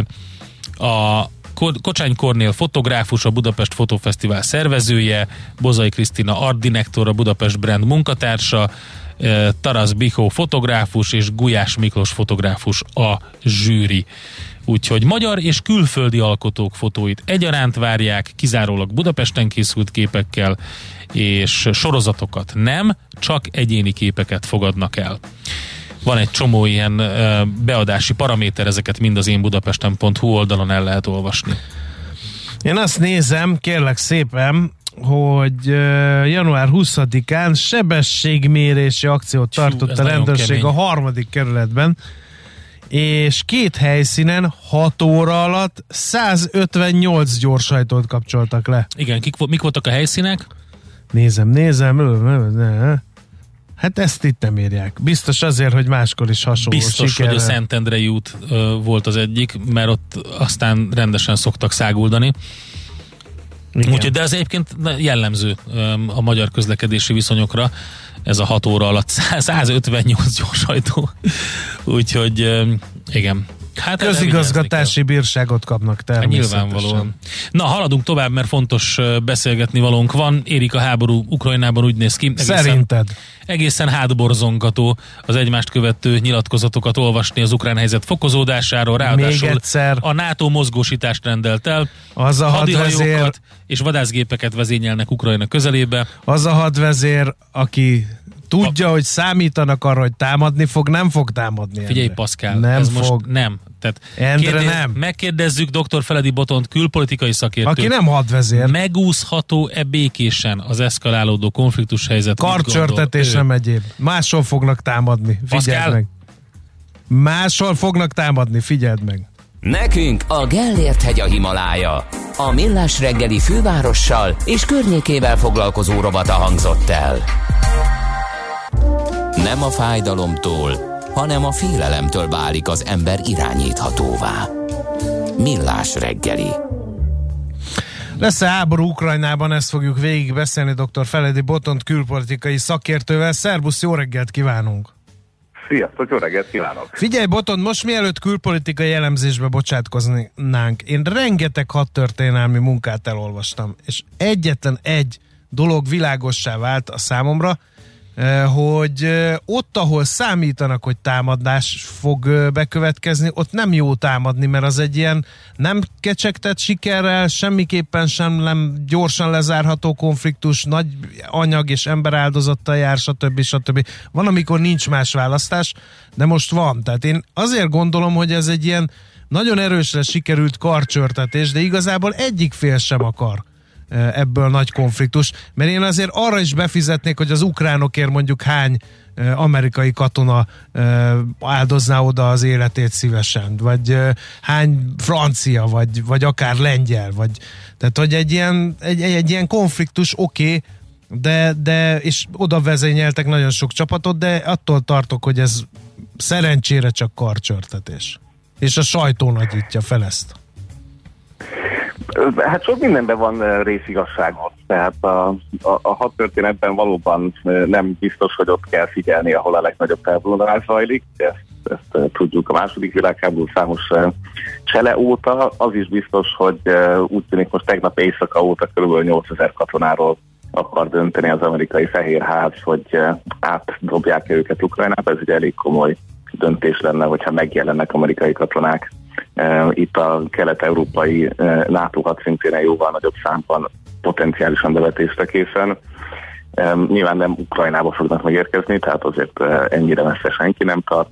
a Kocsány Kornél fotográfus, a Budapest Fotófesztivál szervezője, Bozai Krisztina art director, a Budapest Brand munkatársa, Taras Bihó fotográfus és Gulyás Miklós fotográfus a zsűri. Úgyhogy magyar és külföldi alkotók fotóit egyaránt várják, kizárólag Budapesten készült képekkel, és sorozatokat nem, csak egyéni képeket fogadnak el. Van egy csomó ilyen uh, beadási paraméter, ezeket mind az én budapesten pont hu oldalon el lehet olvasni. Én azt nézem, kérlek szépen, hogy uh, január huszadikán sebességmérési akciót tartott Hú, a rendőrség kemény. A harmadik kerületben, és két helyszínen hat óra alatt százötvennyolc gyorsajtót kapcsoltak le. Igen, kik, mik voltak a helyszínek? Nézem, nézem. Hát ezt itt nem írják. Biztos azért, hogy máskor is hasonló Biztos, sikerrel. hogy a Szentendrei út uh, volt az egyik, mert ott aztán rendesen szoktak száguldani. Úgyhogy, de az egyébként jellemző um, a magyar közlekedési viszonyokra, ez a hat óra alatt százötvennyolc gyorsajtó. Úgyhogy um, igen. Hát közigazgatási bírságot kapnak természetesen. Nyilvánvalóan. Na, haladunk tovább, mert fontos beszélgetni valónk van. Érik a háború Ukrajnában, úgy néz ki. Egészen, Szerinted? Egészen hátborzongató az egymást követő nyilatkozatokat olvasni az ukrán helyzet fokozódásáról. Ráadásul még egyszer. A NATO mozgósítást rendelt el. Az a hadvezér és vadászgépeket vezényelnek Ukrajna közelébe. Az a hadvezér, aki tudja, a... hogy számítanak arra, hogy támadni fog, nem fog támadni. Figyelj, Pascal, nem ez fog. most nem. Tehát Endre kérdez, nem. Megkérdezzük dr. Feledi Botont, külpolitikai szakértőt. Aki nem hadvezér. Megúszható-e békésen az eszkalálódó konfliktus helyzet? Karcsörtetés nem egyéb. Máshol fognak támadni. Figyeld meg. Máshol fognak támadni. Figyeld meg. Nekünk a Gellért-hegy a Himalája. A Millás reggeli fővárossal és környékével foglalkozó rovata hangzott el. Nem a fájdalomtól, hanem a félelemtől válik az ember irányíthatóvá. Millás reggeli. Lesz-e háború Ukrajnában? Ezt fogjuk végigbeszélni dr. Feledi Botont külpolitikai szakértővel. Szerbusz, jó reggelt kívánunk! Sziasztok, jó reggelt kívánok! Figyelj, Botond, most mielőtt külpolitikai elemzésbe bocsátkoznánk, én rengeteg hadtörténelmi munkát elolvastam, és egyetlen egy dolog világossá vált a számomra, hogy ott, ahol számítanak, hogy támadás fog bekövetkezni, ott nem jó támadni, mert az egy ilyen nem kecsegtett sikerrel, semmiképpen sem nem gyorsan lezárható konfliktus, nagy anyag és emberáldozattal jár, stb. stb. Van, amikor nincs más választás, de most van. Tehát én azért gondolom, hogy ez egy ilyen nagyon erősre sikerült karcsörtetés, de igazából egyik fél sem akar ebből nagy konfliktus, mert én azért arra is befizetnék, hogy az ukránokért mondjuk hány amerikai katona áldozná oda az életét szívesen, vagy hány francia, vagy, vagy akár lengyel, vagy tehát, hogy egy ilyen, egy, egy ilyen konfliktus oké, okay, de, de és oda vezényeltek nagyon sok csapatot, de attól tartok, hogy ez szerencsére csak karcsörtetés. És a sajtó nagyítja fel ezt. Hát sok mindenben van részigazságot, tehát a, a, a hadtörténetben valóban nem biztos, hogy ott kell figyelni, ahol a legnagyobb felvonulás zajlik, ezt, ezt tudjuk a második világháború számos csele óta. Az is biztos, hogy úgy tűnik most tegnap éjszaka óta kb. nyolcezer katonáról akar dönteni az amerikai Fehérház, hogy átdobják őket Ukrajnába. Ez egy elég komoly döntés lenne, hogyha megjelennek amerikai katonák itt a kelet-európai NATO hadszintéren jóval nagyobb számban potenciálisan bevetésre készen. Nyilván nem Ukrajnába fognak megérkezni, tehát azért ennyire messze senki nem tart.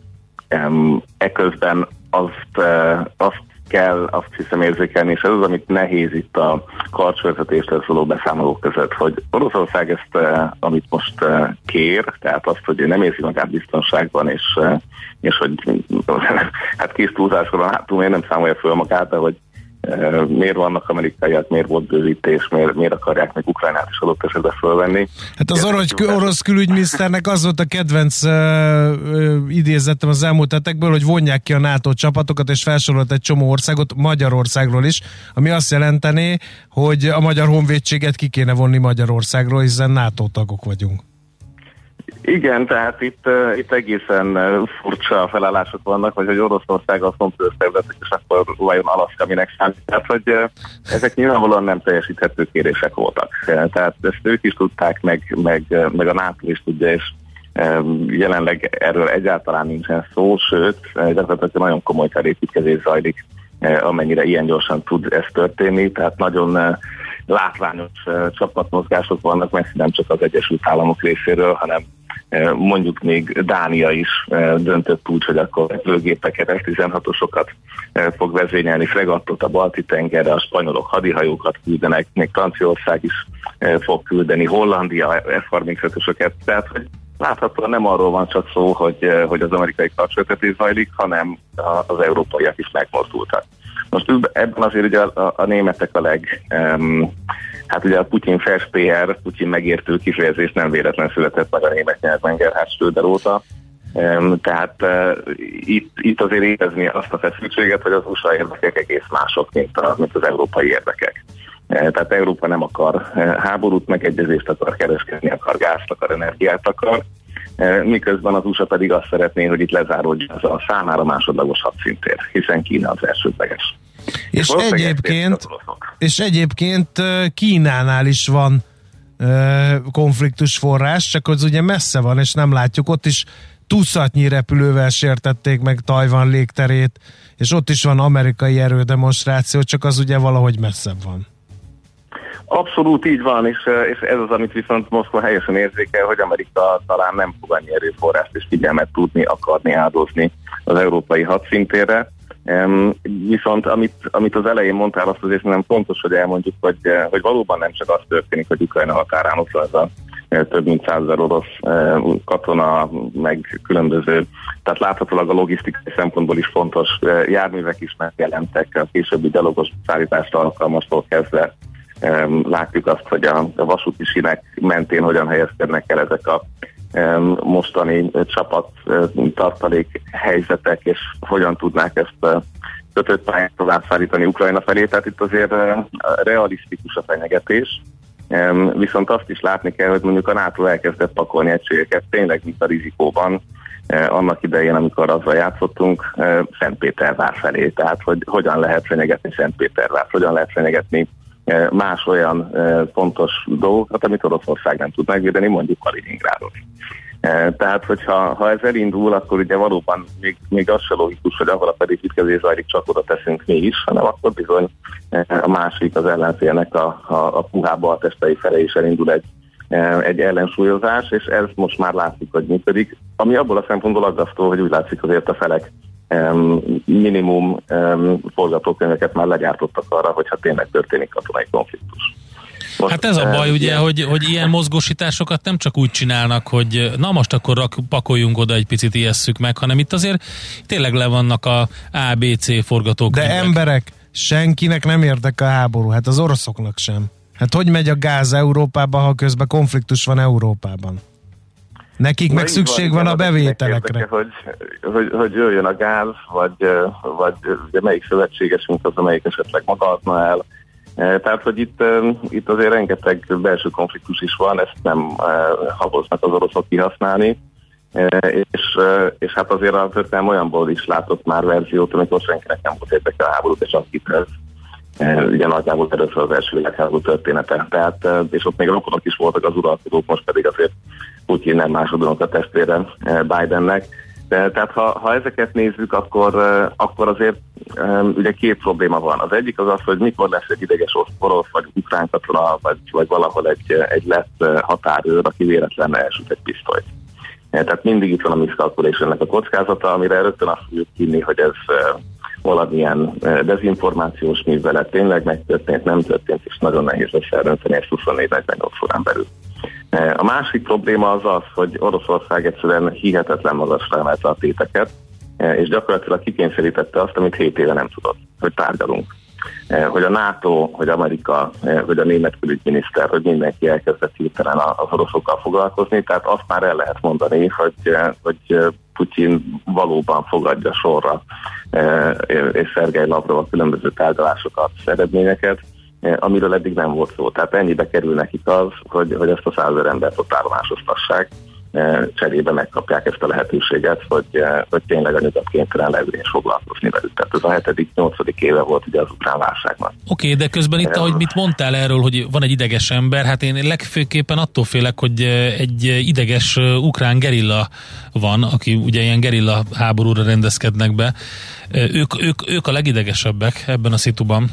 Eközben azt, azt kell, azt hiszem érzékelni, és ez az, amit nehéz itt a karcsörtetésről szóló beszámolók között, hogy Oroszország ezt, amit most kér, tehát azt, hogy nem érzi magát biztonságban, és, és hogy hát kis túlzásról látunk, miért nem számolja föl magát, de hogy miért vannak amerikaiak, miért volt bővítés, miért, miért akarják meg Ukrajnát is adott esetben fölvenni. Hát az orosz, orosz külügyminiszternek az volt a kedvenc uh, uh, idézetem az elmúlt hetekből, hogy vonják ki a NATO csapatokat, és felsorolt egy csomó országot, Magyarországról is, ami azt jelentené, hogy a magyar honvédséget ki kéne vonni Magyarországról, hiszen NATO tagok vagyunk. Igen, tehát itt, uh, itt egészen uh, furcsa felállások vannak, vagy hogy Oroszország a szomszédterületek, és akkor vajon Alaszka minek számít. Tehát, hogy uh, ezek nyilvánvalóan nem teljesíthető kérések voltak. Uh, tehát ezt ők is tudták, meg, meg, uh, meg a NATO is tudja, és um, jelenleg erről egyáltalán nincsen szó, sőt, uh, gyakorlatilag nagyon komoly terépítkezés zajlik, uh, amennyire ilyen gyorsan tud ez történni, tehát nagyon uh, látványos uh, csapatmozgások vannak, mert nem csak az Egyesült Államok részéről, hanem mondjuk még Dánia is döntött úgy, hogy akkor repülőgépeket, ef tizenhatosokat fog vezényelni, fregattot a Balti-tengerre, a spanyolok hadihajókat küldenek, még Franciaország is fog küldeni, Hollandia ef harmincötösöket, tehát hogy láthatóan nem arról van csak szó, hogy, hogy az amerikai karcsörtetés zajlik, hanem az európaiak is megmozdultak. Most ebben azért ugye a, a, a németek a leg... Um, hát ugye a Putyin Versteher, Putyin megértő kifejezés nem véletlen született meg a német nyelvben Gerhard Schröder óta. Um, tehát uh, itt, itt azért érezni azt a feszültséget, hogy az u es á érdekek egész mások, mint, a, mint az európai érdekek. Uh, tehát Európa nem akar uh, háborút, megegyezést akar kereskedni, akar gázt, akar energiát akar, uh, miközben az u es á pedig azt szeretné, hogy itt lezáródjon az a számára másodlagos hadszintér, hiszen Kína az elsődleges. És egyébként, és egyébként Kínánál is van uh, konfliktus forrás, csak az ugye messze van, és nem látjuk. Ott is tuszatnyi repülővel sértették meg Tajvan légterét, és ott is van amerikai erődemonstráció, csak az ugye valahogy messzebb van. Abszolút így van, és, és ez az, amit viszont Moszkva helyesen érzékel, hogy Amerika talán nem fog annyi erőforrást és figyelmet tudni, akarni áldozni az európai hadszintérre. Um, viszont amit, amit az elején mondtál, azt azért nem fontos, hogy elmondjuk, hogy, hogy valóban nem csak az történik, hogy Ukrajna határán ott van ez a több mint százezer orosz uh, katona, meg különböző, tehát láthatólag a logisztikai szempontból is fontos uh, járművek is megjelentek, a későbbi gyalogos szállításra alkalmastól kezdve. Um, látjuk azt, hogy a, a vasúti sínek mentén hogyan helyezkednek el ezek a um, mostani csapat uh, tartalék helyzetek, és hogyan tudnák ezt uh, kötött pályán tovább szállítani Ukrajna felé. Tehát itt azért uh, realisztikus a fenyegetés. Um, viszont azt is látni kell, hogy mondjuk a NATO elkezdett pakolni egységeket tényleg, mint a rizikóban, annak idején, amikor azzal játszottunk, Szentpétervár felé. Tehát, hogy hogyan lehet fenyegetni Szentpétervárt, hogyan lehet fenyegetni más olyan fontos dolgokat, amit Oroszország nem tud megvédeni, mondjuk Kaliningrádot. Tehát, hogyha ha ez elindul, akkor ugye valóban még, még az se logikus, hogy ahol a pedépítkezés zajlik, csak oda teszünk mi is, hanem akkor bizony a másik, az ellenfélnek a, a, a puhába a testei fele is elindul egy, egy ellensúlyozás, és ez most már látszik, hogy működik. Ami abból a szempontból aggasztó, hogy úgy látszik azért a felek minimum forgatókönyveket már legyártottak arra, hogyha tényleg történik katonai konfliktus. Most, hát ez a baj, uh, ugye, ilyen... hogy, hogy ilyen mozgósításokat nem csak úgy csinálnak, hogy na most akkor rak, pakoljunk oda egy picit, ijesszük meg, hanem itt azért tényleg le vannak a A B C forgatókönyvek. De emberek, senkinek nem érdek a háború, hát az oroszoknak sem. Hát hogy megy a gáz Európába, ha közben konfliktus van Európában? Nekik Na meg szükség van, van a bevételekre. Érdeke, hogy, hogy, hogy jöjjön a gáz, vagy, vagy ugye melyik szövetségesünk az, amelyik esetleg maga adna el. Tehát, hogy itt, itt azért rengeteg belső konfliktus is van, ezt nem haboznak az oroszok kihasználni, és, és hát azért a történelem olyanból is látott már verziót, amikor senkinek nem volt érdeke a háborút, és azt hitt ez. Ugye nagyjából először az első világháború története. Tehát, és ott még rokonok is voltak az uralkodók, most pedig azért Putyin nem másodonok a testvére Bidennek. De, tehát ha, ha ezeket nézzük, akkor, akkor azért ugye két probléma van. Az egyik az az, hogy mikor lesz egy ideges orosz, vagy ukrán katona, vagy, vagy valahol egy, egy lett határőr, aki véletlenül elsüt egy pisztolyt. Tehát mindig itt van a miscalculation-nek a kockázata, amire rögtön azt fogjuk hinni, hogy ez valamilyen dezinformációs művelet tényleg megtörtént, nem történt, és nagyon nehéz lesz eldönteni ezt huszonnégy negyvennyolc órán belül. A másik probléma az az, hogy Oroszország egyszerűen hihetetlen magasra emelte a téteket, és gyakorlatilag kikényszerítette azt, amit hét éve nem tudott, hogy tárgyalunk. Hogy a NATO, hogy Amerika, hogy a német külügyminiszter, hogy mindenki elkezdett hirtelen az oroszokkal foglalkozni, tehát azt már el lehet mondani, hogy, hogy Putyin valóban fogadja sorra és Szergej Lavrov a különböző tárgyalásokat, eredményeket, amiről eddig nem volt szó. Tehát ennyibe kerül nekik az, hogy, hogy ezt a százezer embert ott állomásoztassák, cserébe megkapják ezt a lehetőséget, hogy, hogy tényleg a nyugat kénytelen leülni és foglalkozni velük. Tehát ez a hetedik, nyolcadik éve volt ugye az ukrán válságnak. Oké, okay, de közben itt, ahogy mit mondtál erről, hogy van egy ideges ember, hát én legfőképpen attól félek, hogy egy ideges ukrán gerilla van, aki ugye ilyen gerilla háborúra rendezkednek be. Ők, ők, ők a legidegesebbek ebben a szituban.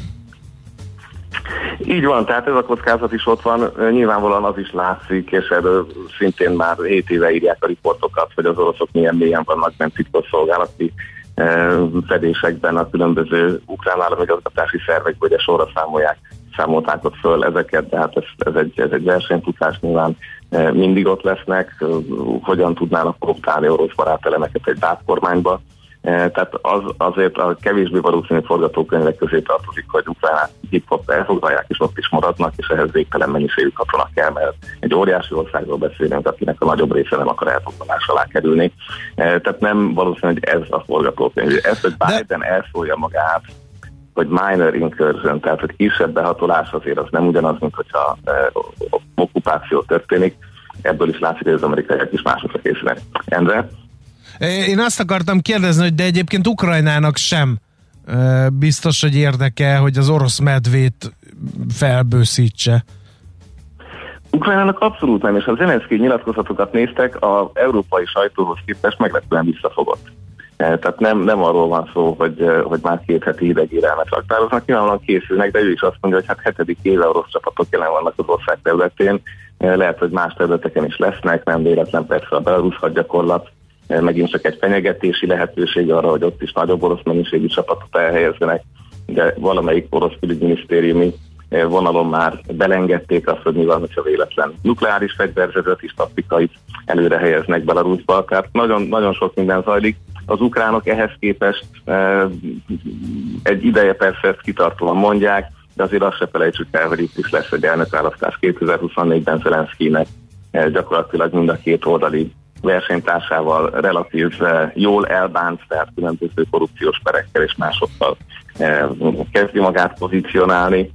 Így van, tehát ez a kockázat is ott van, nyilvánvalóan az is látszik, és erről szintén már hét éve írják a riportokat, hogy az oroszok milyen mélyen vannak bent titkosszolgálati fedésekben a különböző ukrán államigazgatási szervekben, ugye sorra számolják, számolták ott föl ezeket, de hát ez, ez egy, ez egy versenytudás, nyilván mindig ott lesznek, hogyan tudnának korruptálni orosz barátelemeket egy dátkormányba. Tehát az, azért a kevésbé valószínű forgatókönyvek közé tartozik, hogy Ukránát hip-hop elfoglalják, és ott is maradnak, és ehhez végtelen mennyiségű katona kell, mert egy óriási országról beszélünk, akinek a nagyobb része nem akar elfoglalás alá kerülni. Tehát nem valószínű, hogy ez a forgatókönyv. Ez, hogy Biden De... elszólja magát, hogy minor incursion, tehát hogy kisebb behatolás, azért az nem ugyanaz, mint hogyha okkupáció történik. Ebből is látszik, hogy az amerikaiak is másokra készülnek. Endre? Én azt akartam kérdezni, hogy de egyébként Ukrajnának sem biztos, hogy érdeke, hogy az orosz medvét felbőszítse. Ukrajnának abszolút nem, és ha Zelenszkij nyilatkozatokat néztek, az európai sajtóhoz képest meglepően visszafogott. Tehát nem, nem arról van szó, hogy, hogy már két heti hidegérelmet raktároznak, nyilvánvalóan készülnek, de ő is azt mondja, hogy hát hetedik éve orosz csapatok jelen vannak az ország területén, lehet, hogy más területeken is lesznek, nem véletlen persze a belarusz hadgyakorlat, megint csak egy fenyegetési lehetőség arra, hogy ott is nagyobb orosz mennyiségű csapatot elhelyezzenek, de valamelyik orosz külügyminisztériumi vonalon már belengedték azt, hogy mi van, hogyha véletlen nukleáris fegyverzetett is taktikait előre helyeznek Belarusba. Tehát nagyon, nagyon sok minden zajlik. Az ukránok ehhez képest egy ideje persze ezt kitartóan mondják, de azért azt se felejtsük el, hogy itt is lesz egy elnökválasztás kétezer-huszonnégyben Zelenszkijnek gyakorlatilag mind a két oldali versenytársával relatív jól elbánt, tehát különböző korrupciós perekkel és másokkal kezdi magát pozícionálni.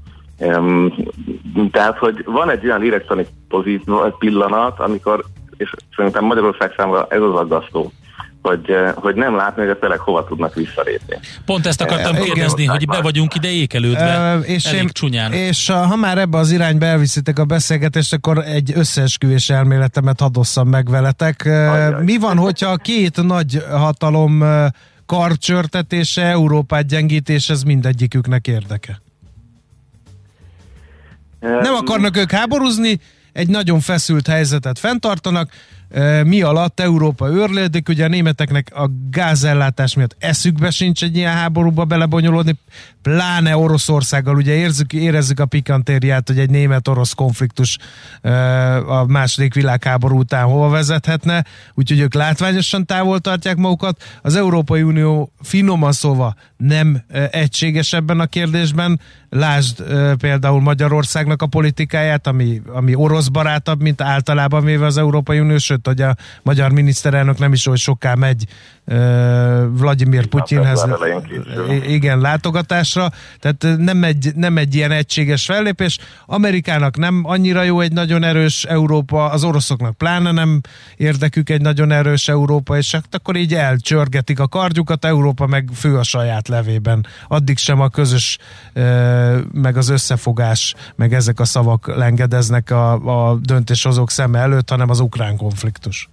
Tehát, hogy van egy olyan lélektani pillanat, amikor, és szerintem Magyarország számára ez az aggasztó, hogy, hogy nem látni, hogy a tényleg hova tudnak visszalépni. Pont ezt akartam e, kérdezni, igen, hogy be vagyunk ide ékelődve, e, és elég én, csúnyán. És ha már ebbe az irányba elviszitek a beszélgetést, akkor egy összeesküvés elméletemet hadd osszam meg veletek. Ajaj. Mi van, hogyha a két nagy hatalom karcsörtetése, Európát gyengítés, ez mindegyiküknek érdeke? Nem akarnak ők háborúzni, egy nagyon feszült helyzetet fenntartanak, mi alatt Európa őrlődik, ugye a németeknek a gázellátás miatt eszükbe sincs egy ilyen háborúba belebonyolódni, pláne Oroszországgal, ugye érezzük, érezzük a pikantériát, hogy egy német-orosz konfliktus a második világháború után hova vezethetne, úgyhogy ők látványosan távol tartják magukat. Az Európai Unió finoman szóval nem egységes ebben a kérdésben, lásd például Magyarországnak a politikáját, ami, ami orosz barátabb, mint általában véve az Európai Unió, sőt, hogy a magyar miniszterelnök nem is oly soká megy uh, Vladimir Putyinhez, igen, látogatásra, tehát nem egy, nem egy ilyen egységes fellépés. Amerikának nem annyira jó egy nagyon erős Európa, az oroszoknak pláne nem érdekük egy nagyon erős Európa, és akkor így elcsörgetik a kardjukat, Európa meg fő a saját levében. Addig sem a közös uh, meg az összefogás, meg ezek a szavak lengedeznek a, a döntéshozók szeme előtt, hanem az ukrán konfliktus.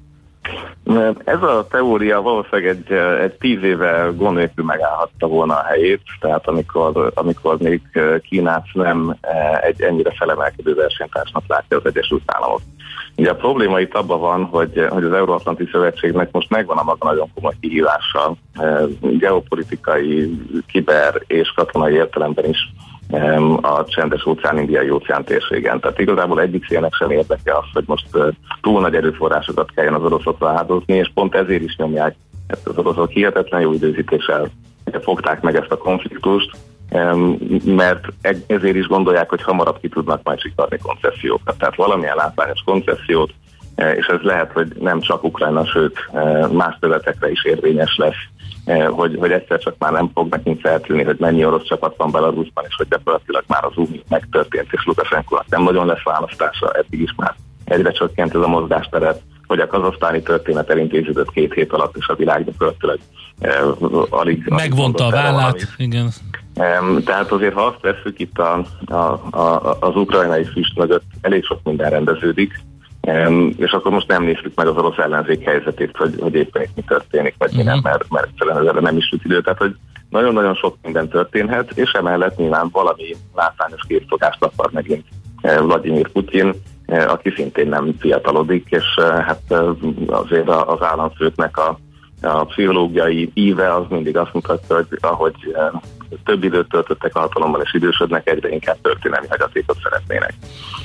Ez a teória valószínűleg egy, egy tíz éve gond nélkül megállhatta volna a helyét, tehát amikor, amikor még Kínát nem egy ennyire felemelkedő versenytársnak látja az Egyesült Államok. Ugye a probléma itt abban van, hogy, hogy az Euró-Atlanti Szövetségnek most megvan a maga nagyon komoly kihívása, geopolitikai, kiber és katonai értelemben is a csendes óceán, indiai óceán térségen. Tehát igazából egyik félnek sem érdeke az, hogy most túl nagy erőforrásokat kelljen az oroszokra áldozni, és pont ezért is nyomják. Az oroszok hihetetlen jó időzítéssel fogták meg ezt a konfliktust, mert ezért is gondolják, hogy hamarabb ki tudnak majd sikarni koncessziókat. Tehát valamilyen látványos koncessziót, és ez lehet, hogy nem csak Ukrajna, sőt más területekre is érvényes lesz, hogy, hogy egyszer csak már nem fog nekünk feltűnni, hogy mennyi orosz csapat van Belarusban, és hogy gyakorlatilag már az Unió megtörtént, és Lukasenkónak nem nagyon lesz választása, eddig is már egyre csökkent ez a mozgásteret, hogy a kazahsztáni történet elintéződött két hét alatt, és a világ gyakorlatilag eh, alig... megvonta a vállát, igen. Um, tehát azért, ha azt veszük itt a, a, a, az ukrajnai füst mögött, elég sok minden rendeződik, um, és akkor most nem nézzük meg az orosz ellenzék helyzetét, hogy, hogy éppen itt mi történik, vagy uh-huh. mi nem, mert, mert egyszerűen ezzel nem is jut idő. Tehát, hogy nagyon-nagyon sok minden történhet, és emellett nyilván valami látványos készfogást akar megint Vladimir Putyin, aki szintén nem fiatalodik, és hát azért az államfőknek a, a pszichológiai íve az mindig azt mutatja, hogy ahogy több időt töltöttek a hatalomban és idősödnek, egyre inkább történelmi hagyatékot szeretnének.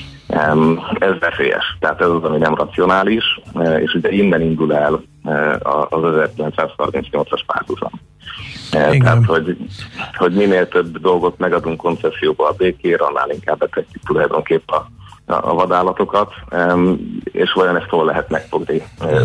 Ez veszélyes, tehát ez az, ami nem racionális, és ugye innen indul el az ezerkilencszázharmincnyolcas párhuzam. Tehát, hogy, hogy minél több dolgot megadunk koncesszióba a békére, annál inkább betetjük tulajdonképp a, a vadállatokat, és vajon ezt hol lehet megfogni.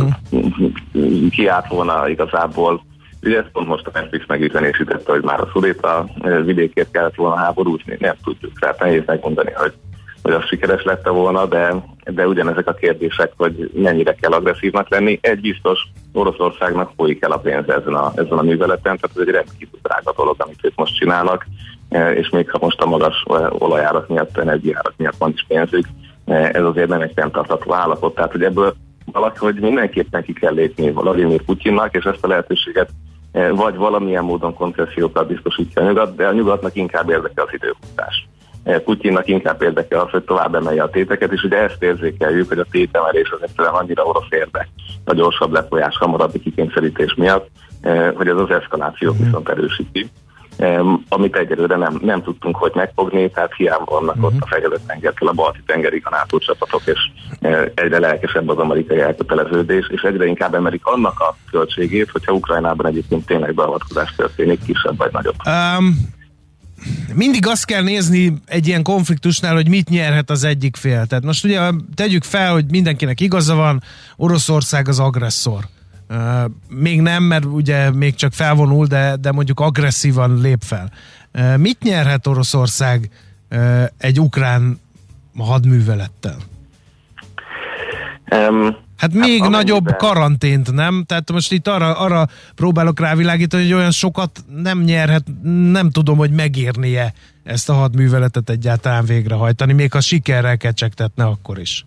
Ki állt volna igazából, ugye ezt pont most a Netflix megüzenésítette, hogy már a Szudéta vidékért kellett volna háborúzni, nem tudjuk, tehát nehéz megmondani, hogy hogy az sikeres lett volna, de, de ugyanezek a kérdések, hogy mennyire kell agresszívnak lenni. Egy biztos, Oroszországnak folyik el a pénz ezen a, ezen a műveleten, tehát ez egy rendkívül drága dolog, amit ők most csinálnak, és még ha most a magas olajárak miatt, energiárak miatt van is pénzük, ez azért nem egy fenntartható állapot. Tehát, hogy ebből valahogy mindenképpen ki kell lépni Vladimir Putyinnak, és ezt a lehetőséget vagy valamilyen módon koncessziókkal biztosítja a nyugat, de a nyugatnak inkább érdeke az időhúzás. Putyinnak inkább érdeke az, hogy tovább emelje a téteket, és ugye ezt érzékeljük, hogy a tétemelés az egyszerűen annyira orosz érdek, a gyorsabb lefolyás, hamarabbi kikényszerítés miatt, hogy ez az eszkalációt viszont erősíti, amit egyelőre nem, nem tudtunk hogy megfogni, tehát hiába vannak uh-huh. ott a Fekete-tengertől a Balti-tengerig a NATO csapatok, és egyre lelkesebb az amerikai elköteleződés, és egyre inkább emelik annak a költségét, hogyha Ukrajnában egyébként tényleg beavatkozás történik, kisebb vagy nagyobb. Um. Mindig azt kell nézni egy ilyen konfliktusnál, hogy mit nyerhet az egyik fél. Tehát most ugye tegyük fel, hogy mindenkinek igaza van, Oroszország az agresszor. Uh, még nem, mert ugye még csak felvonul, de, de mondjuk agresszívan lép fel. Uh, mit nyerhet Oroszország uh, egy ukrán hadművelettel? Um. Hát még hát, nagyobb amennyiben... karantént, nem? Tehát most itt arra, arra próbálok rávilágítani, hogy olyan sokat nem nyerhet, nem tudom, hogy megérnie ezt a hadműveletet egyáltalán végrehajtani, még ha sikerrel kecsegtetne akkor is.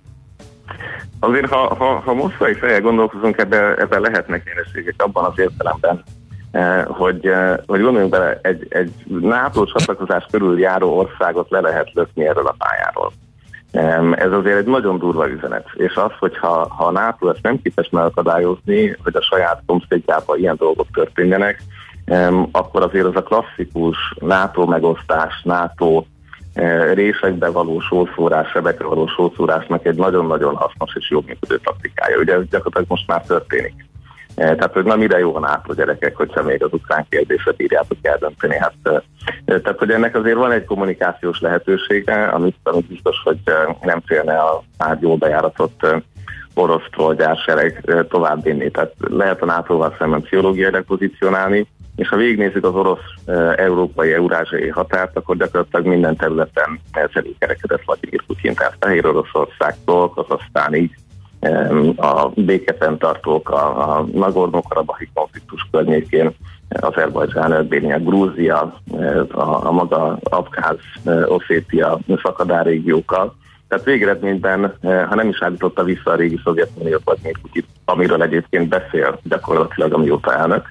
Azért, ha, ha, ha moszkvai fejjel gondolkozunk, ebben, ebben lehetnek nyereségek abban az értelemben, eh, hogy, eh, hogy gondoljunk bele, egy, egy NATO csatlakozás körül járó országot le lehet lökni erről a pályáról. Ez azért egy nagyon durva üzenet, és az, hogyha ha a NATO ezt nem képes megakadályozni, hogy a saját szomszédjában ilyen dolgok történjenek, akkor azért az a klasszikus NATO megosztás, NATO résekbe való sószórás, sebekre való sószórásnak egy nagyon-nagyon hasznos és jól működő taktikája. Ugye ez gyakorlatilag most már történik. Tehát, hogy na mire jó a NATO gyerekek, hogyha még az ukrán kérdéset írjátok eldönteni. Hát, tehát, hogy ennek azért van egy kommunikációs lehetősége, amit, amit biztos, hogy nem félne a már jól bejáratott orosz trollgyársereg továbbvinni. Tehát lehet a nátóval szemben pszichológiailag pozícionálni, és ha végignézzük az orosz-európai, eurázsiai határt, akkor gyakorlatilag minden területen elszerűkerekedett Vladimir Putyin, tehát Fehér Oroszországtól, Kazahsztánig, a békefenntartók, a, a Nagorno-Karabahi konfliktus környékén, Azerbajdzsán, Örménia, Grúzia, a, a maga Abkház, Oszétia, Szakadár régiókkal. Tehát végeredményben, ha nem is állította vissza a régi Szovjetuniót, vagy még úgy, amiről egyébként beszél gyakorlatilag amióta elnök,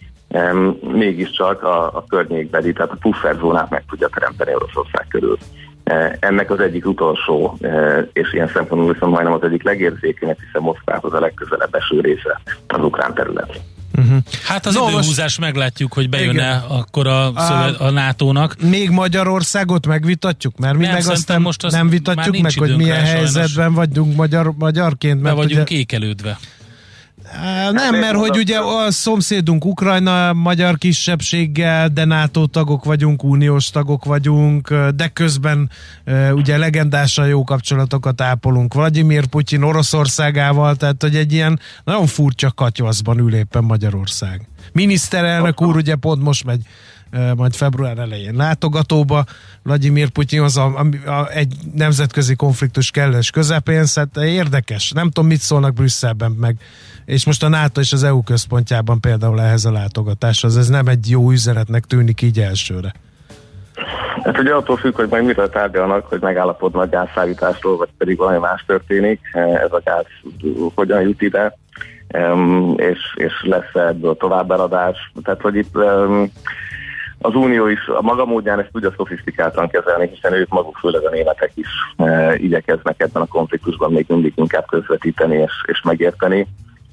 mégiscsak a, a környékbeli, tehát a pufferzónát meg tudja teremteni Oroszország körül. Ennek az egyik utolsó, és ilyen szempontból viszont majdnem az egyik legérzékenyebb, hiszen Moszkvához a legközelebb eső része az ukrán terület. Uh-huh. Hát az no, időhúzás most... meglátjuk, hogy bejön-e akkor a, a, a nátónak. Még Magyarországot megvitatjuk? Mert mi nem, meg azt most azt nem vitatjuk meg, hogy milyen helyzetben vagyunk magyar, magyarként. Mert vagyunk ugye... ékelődve. Nem, mert hogy ugye a szomszédunk Ukrajna magyar kisebbséggel, de NATO tagok vagyunk, uniós tagok vagyunk, de közben ugye legendásan jó kapcsolatokat ápolunk Vladimir Putyin Oroszországával, tehát hogy egy ilyen nagyon furcsa katyvaszban ül éppen Magyarország. Miniszterelnök úr ugye pont most megy majd február elején látogatóba, Vladimir Putyin az a, a, a, egy nemzetközi konfliktus kellős közepén, hát érdekes, nem tudom mit szólnak Brüsszelben meg, és most a NATO és az é u központjában például ehhez a látogatáshoz, ez nem egy jó üzenetnek tűnik így elsőre. Hát ugye attól függ, hogy majd miről tárgyalnak, hogy megállapodnak gázszállításról, vagy pedig valami más történik, ez a gáz hogyan jut ide, és, és lesz ebből továbbeladás, tehát hogy itt az Unió is a maga módján ezt tudja szofisztikáltan kezelni, hiszen ők maguk, főleg a németek is e, igyekeznek ebben a konfliktusban még mindig inkább közvetíteni és, és megérteni.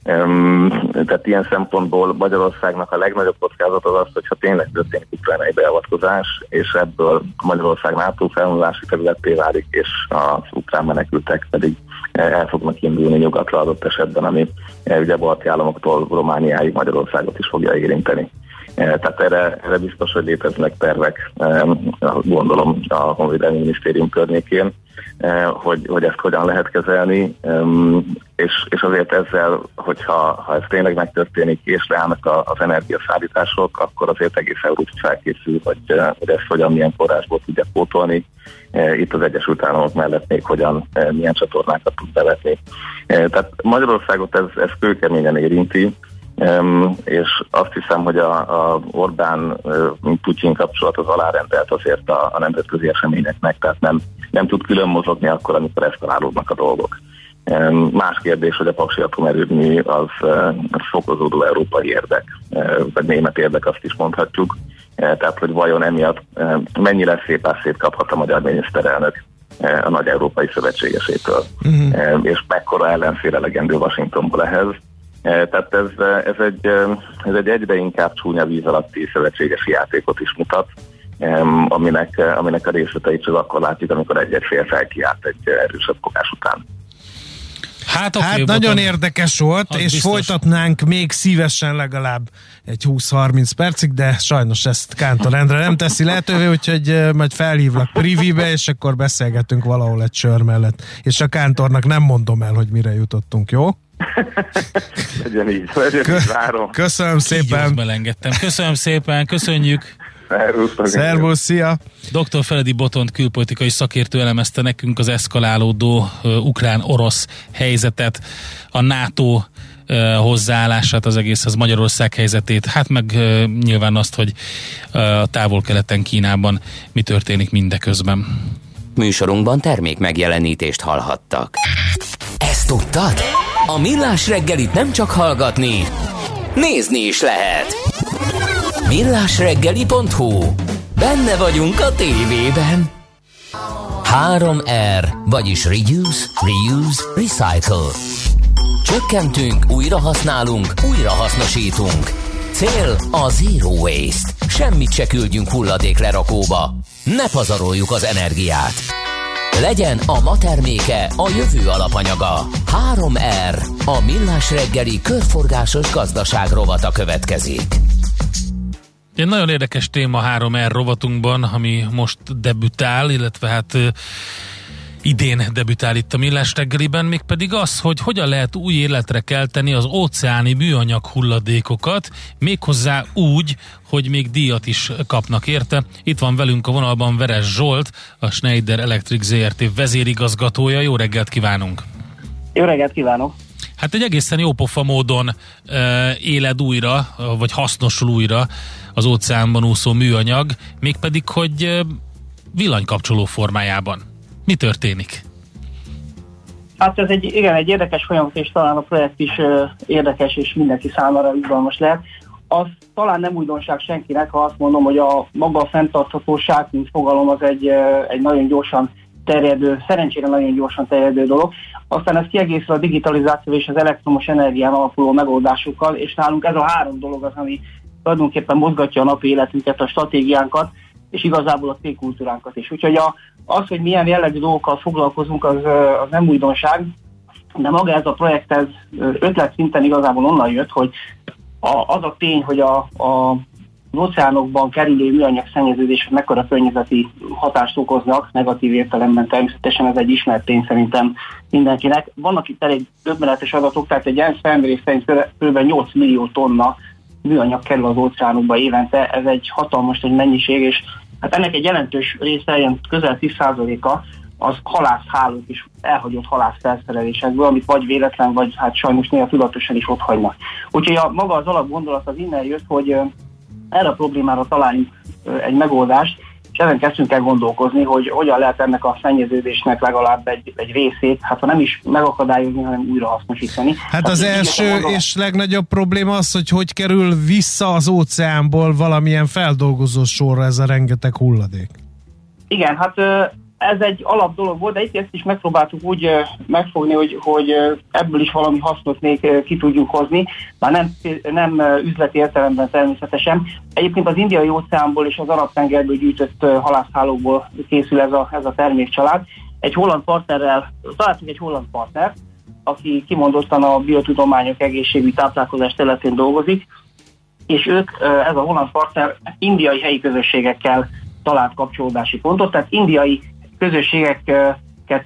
Um, tehát ilyen szempontból Magyarországnak a legnagyobb kockázat az az, hogyha tényleg történik ukrajnai beavatkozás, és ebből Magyarország NATO felvonulási területté válik, és az ukrán menekültek pedig el fognak indulni nyugatra adott esetben, ami ugye balti államoktól Romániáig Magyarországot is fogja érinteni. Tehát erre, erre biztos, hogy léteznek tervek, gondolom a Honvédelmi Minisztérium környékén, hogy, hogy ezt hogyan lehet kezelni, és, és azért ezzel, hogyha ha ez tényleg megtörténik, és leállnak az energiaszállítások, akkor azért egész Európa felkészül, hogy, hogy ezt hogyan, milyen forrásból tudja pótolni. Itt az Egyesült Államok mellett még hogyan, milyen csatornákat tud bevetni. Tehát Magyarországot ez, ez kőkeményen érinti, Um, és azt hiszem, hogy a, a Orbán-Putyin kapcsolat az alárendelt azért a, a nemzetközi eseményeknek, tehát nem, nem tud külön mozogni akkor, amikor eszkalálódnak a dolgok. Um, más kérdés, hogy a paksi atomerőmű az, az fokozódó európai érdek, vagy német érdek, azt is mondhatjuk. Tehát, hogy vajon emiatt mennyire szépen szétkaphat a magyar miniszterelnök a nagy európai szövetségesétől, uh-huh. és mekkora ellenfél elegendő Washingtonból ehhez. Tehát ez, ez, egy, ez egy egyre inkább csúnya víz alatti szövetségesi játékot is mutat, aminek, aminek a részleteit csak akkor látjuk, amikor egy-egy fél felkiált egy erősebb fogás után. Hát, okay, hát nagyon érdekes volt, és biztos. Folytatnánk még szívesen legalább egy húsz-harminc percig, de sajnos ezt Kántor Endre nem teszi lehetővé, úgyhogy majd felhívlak privibe, és akkor beszélgetünk valahol egy sör mellett. És a Kántornak nem mondom el, hogy mire jutottunk, jó? Legyen így, legyen így, várom. Köszönöm szépen. Belengedtem. Köszönöm szépen, köszönjük. Szervusztok. Szervusz, szia! doktor Feledi Botont külpolitikai szakértő elemezte nekünk az eszkalálódó uh, ukrán-orosz helyzetet, a NATO uh, hozzáállását az egészhez, Magyarország helyzetét, hát meg uh, nyilván azt, hogy uh, a távol-keleten, Kínában mi történik mindeközben. Műsorunkban termék megjelenítést hallhattak. Ezt tudtad? A Millás reggelit nem csak hallgatni, nézni is lehet. millásreggeli pont hu. Benne vagyunk a tévében. három er, vagyis Reduce, Reuse, Recycle. Csökkentünk, újrahasználunk, újrahasznosítunk. Cél a Zero Waste. Semmit se küldjünk hulladéklerakóba. Ne pazaroljuk az energiát. Legyen a ma terméke a jövő alapanyaga. három er, a Millás reggeli körforgásos gazdaság rovata következik. Egy nagyon érdekes téma három er rovatunkban, ami most debütál, illetve hát uh, idén debütál itt a Millás reggeliben, mégpedig az, hogy hogyan lehet új életre kelteni az óceáni műanyag hulladékokat, méghozzá úgy, hogy még díjat is kapnak érte. Itt van velünk a vonalban Veres Zsolt, a Schneider Electric zé er té vezérigazgatója. Jó reggelt kívánunk! Jó reggelt kívánok! Hát egy egészen jópofa módon uh, éled újra, vagy hasznosul újra az óceánban úszó műanyag, mégpedig, hogy uh, villanykapcsoló formájában. Mi történik? Hát ez egy, igen, egy érdekes folyamat, és talán a projekt is uh, érdekes, és mindenki számára izgalmas lehet. Az talán nem újdonság senkinek, ha azt mondom, hogy a maga a fenntarthatóság, mint fogalom, az egy, uh, egy nagyon gyorsan terjedő, szerencsére nagyon gyorsan terjedő dolog. Aztán ez kiegészül a digitalizáció és az elektromos energián alapuló megoldásokkal, és nálunk ez a három dolog az, ami tulajdonképpen mozgatja a napi életünket, a stratégiánkat, és igazából a cégkultúránkat is. Úgyhogy a, az, hogy milyen jellegű dolgokkal foglalkozunk, az, az nem újdonság, de maga ez a projekt, ez ötlet szinten igazából onnan jött, hogy a, az a tény, hogy a, a az óceánokban kerülő műanyag szennyeződés mekkora környezeti hatást okoznak, negatív értelemben természetesen ez egy ismert tény szerintem mindenkinek. Vannak itt elég döbbenetes adatok, tehát egy ENSZ felmérés szerint kb. nyolc millió tonna műanyag kerül az óceánokba évente, ez egy hatalmas egy mennyiség, és hát ennek egy jelentős része, ilyen közel tíz százaléka az halászhálók és elhagyott halászfelszerelésekből, amit vagy véletlen, vagy hát sajnos néha tudatosan is ott hagynak. Úgyhogy a, maga az alapgondolat az innen jött, hogy erre a problémára találjunk egy megoldást, és ezen kezdtünk el gondolkozni, hogy hogyan lehet ennek a szennyeződésnek legalább egy, egy részét, hát ha nem is megakadályozni, hanem újrahasznosítani. Hát az hát első és legnagyobb probléma az, hogy hogy kerül vissza az óceánból valamilyen feldolgozó sorra ez a rengeteg hulladék. Igen, hát ez egy alap dolog volt, de itt ezt is megpróbáltuk úgy megfogni, hogy, hogy ebből is valami hasznot még ki tudjuk hozni, már nem, nem üzleti értelemben természetesen. Egyébként az Indiai óceánból és az Arab-tengerből gyűjtött halászhálókból készül ez a, ez a termékcsalád. Egy holland partnerrel, találtunk egy holland partnert, aki kimondottan a biotudományok, egészségügyi táplálkozás területén dolgozik, és ők, ez a holland partner indiai helyi közösségekkel talált kapcsolódási pontot, tehát indiai közösségeket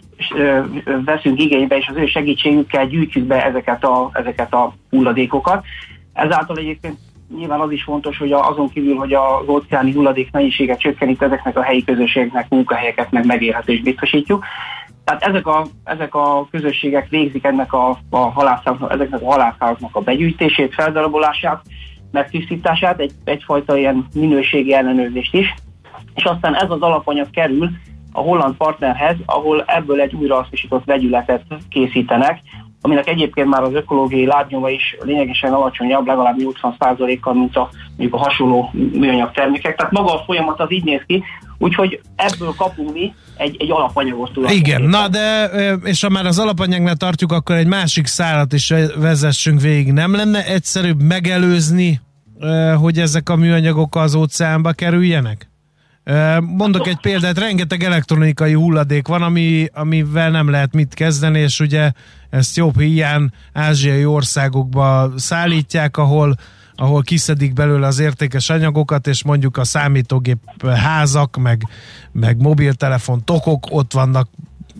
veszünk igénybe, és az ő segítségükkel gyűjtjük be ezeket a, ezeket a hulladékokat. Ezáltal egyébként nyilván az is fontos, hogy azon kívül, hogy az óceáni hulladék mennyiséget csökkenít, ezeknek a helyi közösségeknek munkahelyeket meg megélhetést biztosítjuk. Tehát ezek a, ezek a közösségek végzik ennek a, a halászállatnak, ezeknek a halászállatnak a begyűjtését, feldarabolását, megtisztítását, egy, egyfajta ilyen minőségi ellenőrzést is, és aztán ez az alapanyag kerül a holland partnerhez, ahol ebből egy újrahasznosított vegyületet készítenek, aminek egyébként már az ökológiai lábnyoma is lényegesen alacsonyabb, legalább nyolcvan százalékkal, mint a, mondjuk a hasonló műanyag termékek. Tehát maga a folyamat az így néz ki, úgyhogy ebből kapunk mi egy, egy alapanyagot tulajdonképpen. Igen, na de, és ha már az alapanyagnál tartjuk, akkor egy másik szárat is vezessünk végig. Nem lenne egyszerűbb megelőzni, hogy ezek a műanyagok az óceánba kerüljenek? Mondok egy példát, rengeteg elektronikai hulladék van, ami, amivel nem lehet mit kezdeni, és ugye ezt jobb hiány ázsiai országokba szállítják, ahol, ahol kiszedik belőle az értékes anyagokat, és mondjuk a számítógép házak, meg, meg mobiltelefon tokok, ott vannak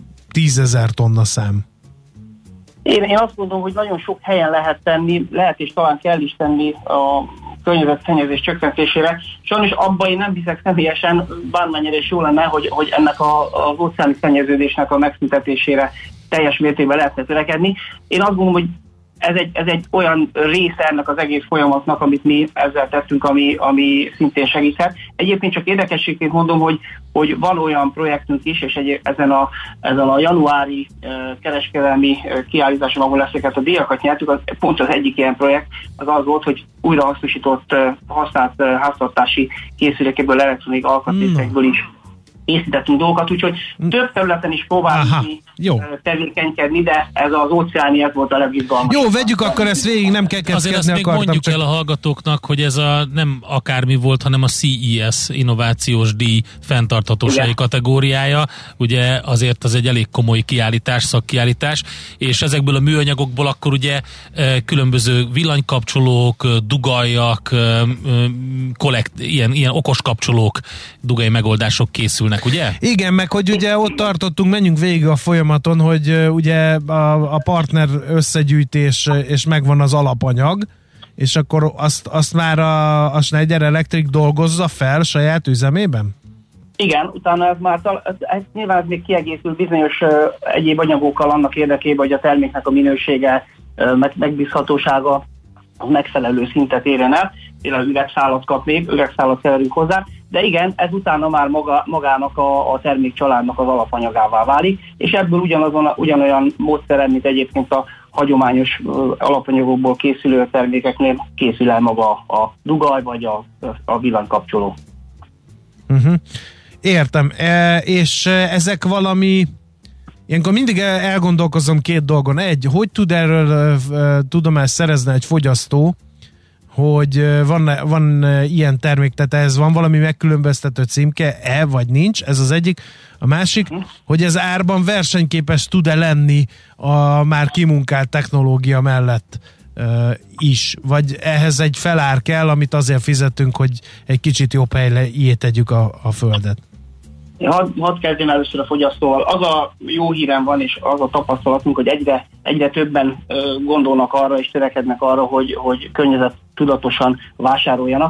tízezer tonna szám. Én, én azt gondolom, hogy nagyon sok helyen lehet tenni, lehet és talán kell is tenni a környezetszennyezés csökkentésére. Sajnos abban én nem hiszek személyesen, bármennyire is jó lenne, hogy, hogy ennek a, az óceáni szennyeződésnek a megszüntetésére teljes mértékben lehetne törekedni. Én azt gondolom, hogy ez egy, ez egy olyan része ennek az egész folyamatnak, amit mi ezzel tettünk, ami, ami szintén segíthet. Egyébként csak érdekességként mondom, hogy, hogy van olyan projektünk is, és egy, ezen, a, ezen a januári uh, kereskedelmi uh, kiállításon, ahol ezeket a díjakat nyertük, az, pont az egyik ilyen projekt az az volt, hogy újrahasznosított uh, használt uh, háztartási készülékekből, elektronik alkatrészekből is készítettünk dolgokat, úgyhogy több területen is próbálni tevékenykedni, de ez az óceáni, ez volt a legizgalmasabb. Jó, vegyük akkor ezt végig, nem kell kezdeni. Azért azt még mondjuk csak el a hallgatóknak, hogy ez a nem akármi volt, hanem a cé é es innovációs díj fenntarthatósági kategóriája. Ugye azért az egy elég komoly kiállítás, szakkiállítás, és ezekből a műanyagokból akkor ugye különböző villanykapcsolók, dugajak, kollekt, ilyen, ilyen okos kapcsolók, dugai megoldások készülnek, ugye? Igen, meg hogy ugye ott tartottunk, menjünk végig a folyamaton, hogy uh, ugye a, a partner összegyűjtés, és megvan az alapanyag, és akkor azt, azt már a, a Schneider Electric dolgozza fel saját üzemében? Igen, utána ez már, ez, ez nyilván ez még kiegészül bizonyos uh, egyéb anyagokkal annak érdekében, hogy a terméknek a minősége, uh, meg, megbízhatósága megfelelő szintet érjen el, például üvegszálat kap még, üvegszálat keverünk hozzá, de igen, ez utána már maga, magának a, a termékcsaládnak az alapanyagává válik, és ebből ugyanazon, ugyanolyan módszeren, mint egyébként a hagyományos uh, alapanyagokból készülő termékeknél készül el maga a dugaj vagy a, a villanykapcsoló. Uh-huh. Értem, e, és ezek valami, ilyenkor mindig elgondolkozom két dolgon. Egy, hogy tud erről uh, tudomást szerezni egy fogyasztó, hogy van, van ilyen termék, tehát ez van valami megkülönböztető címke-e, vagy nincs, ez az egyik. A másik, hogy ez árban versenyképes tud-e lenni a már kimunkált technológia mellett uh, is, vagy ehhez egy felár kell, amit azért fizetünk, hogy egy kicsit jobb helyre tegyük a, a földet. Hadd had kezdjem először a fogyasztóval. Az a jó hírem van, és az a tapasztalatunk, hogy egyre, egyre többen ö, gondolnak arra, és törekednek arra, hogy, hogy környezet tudatosan vásároljanak.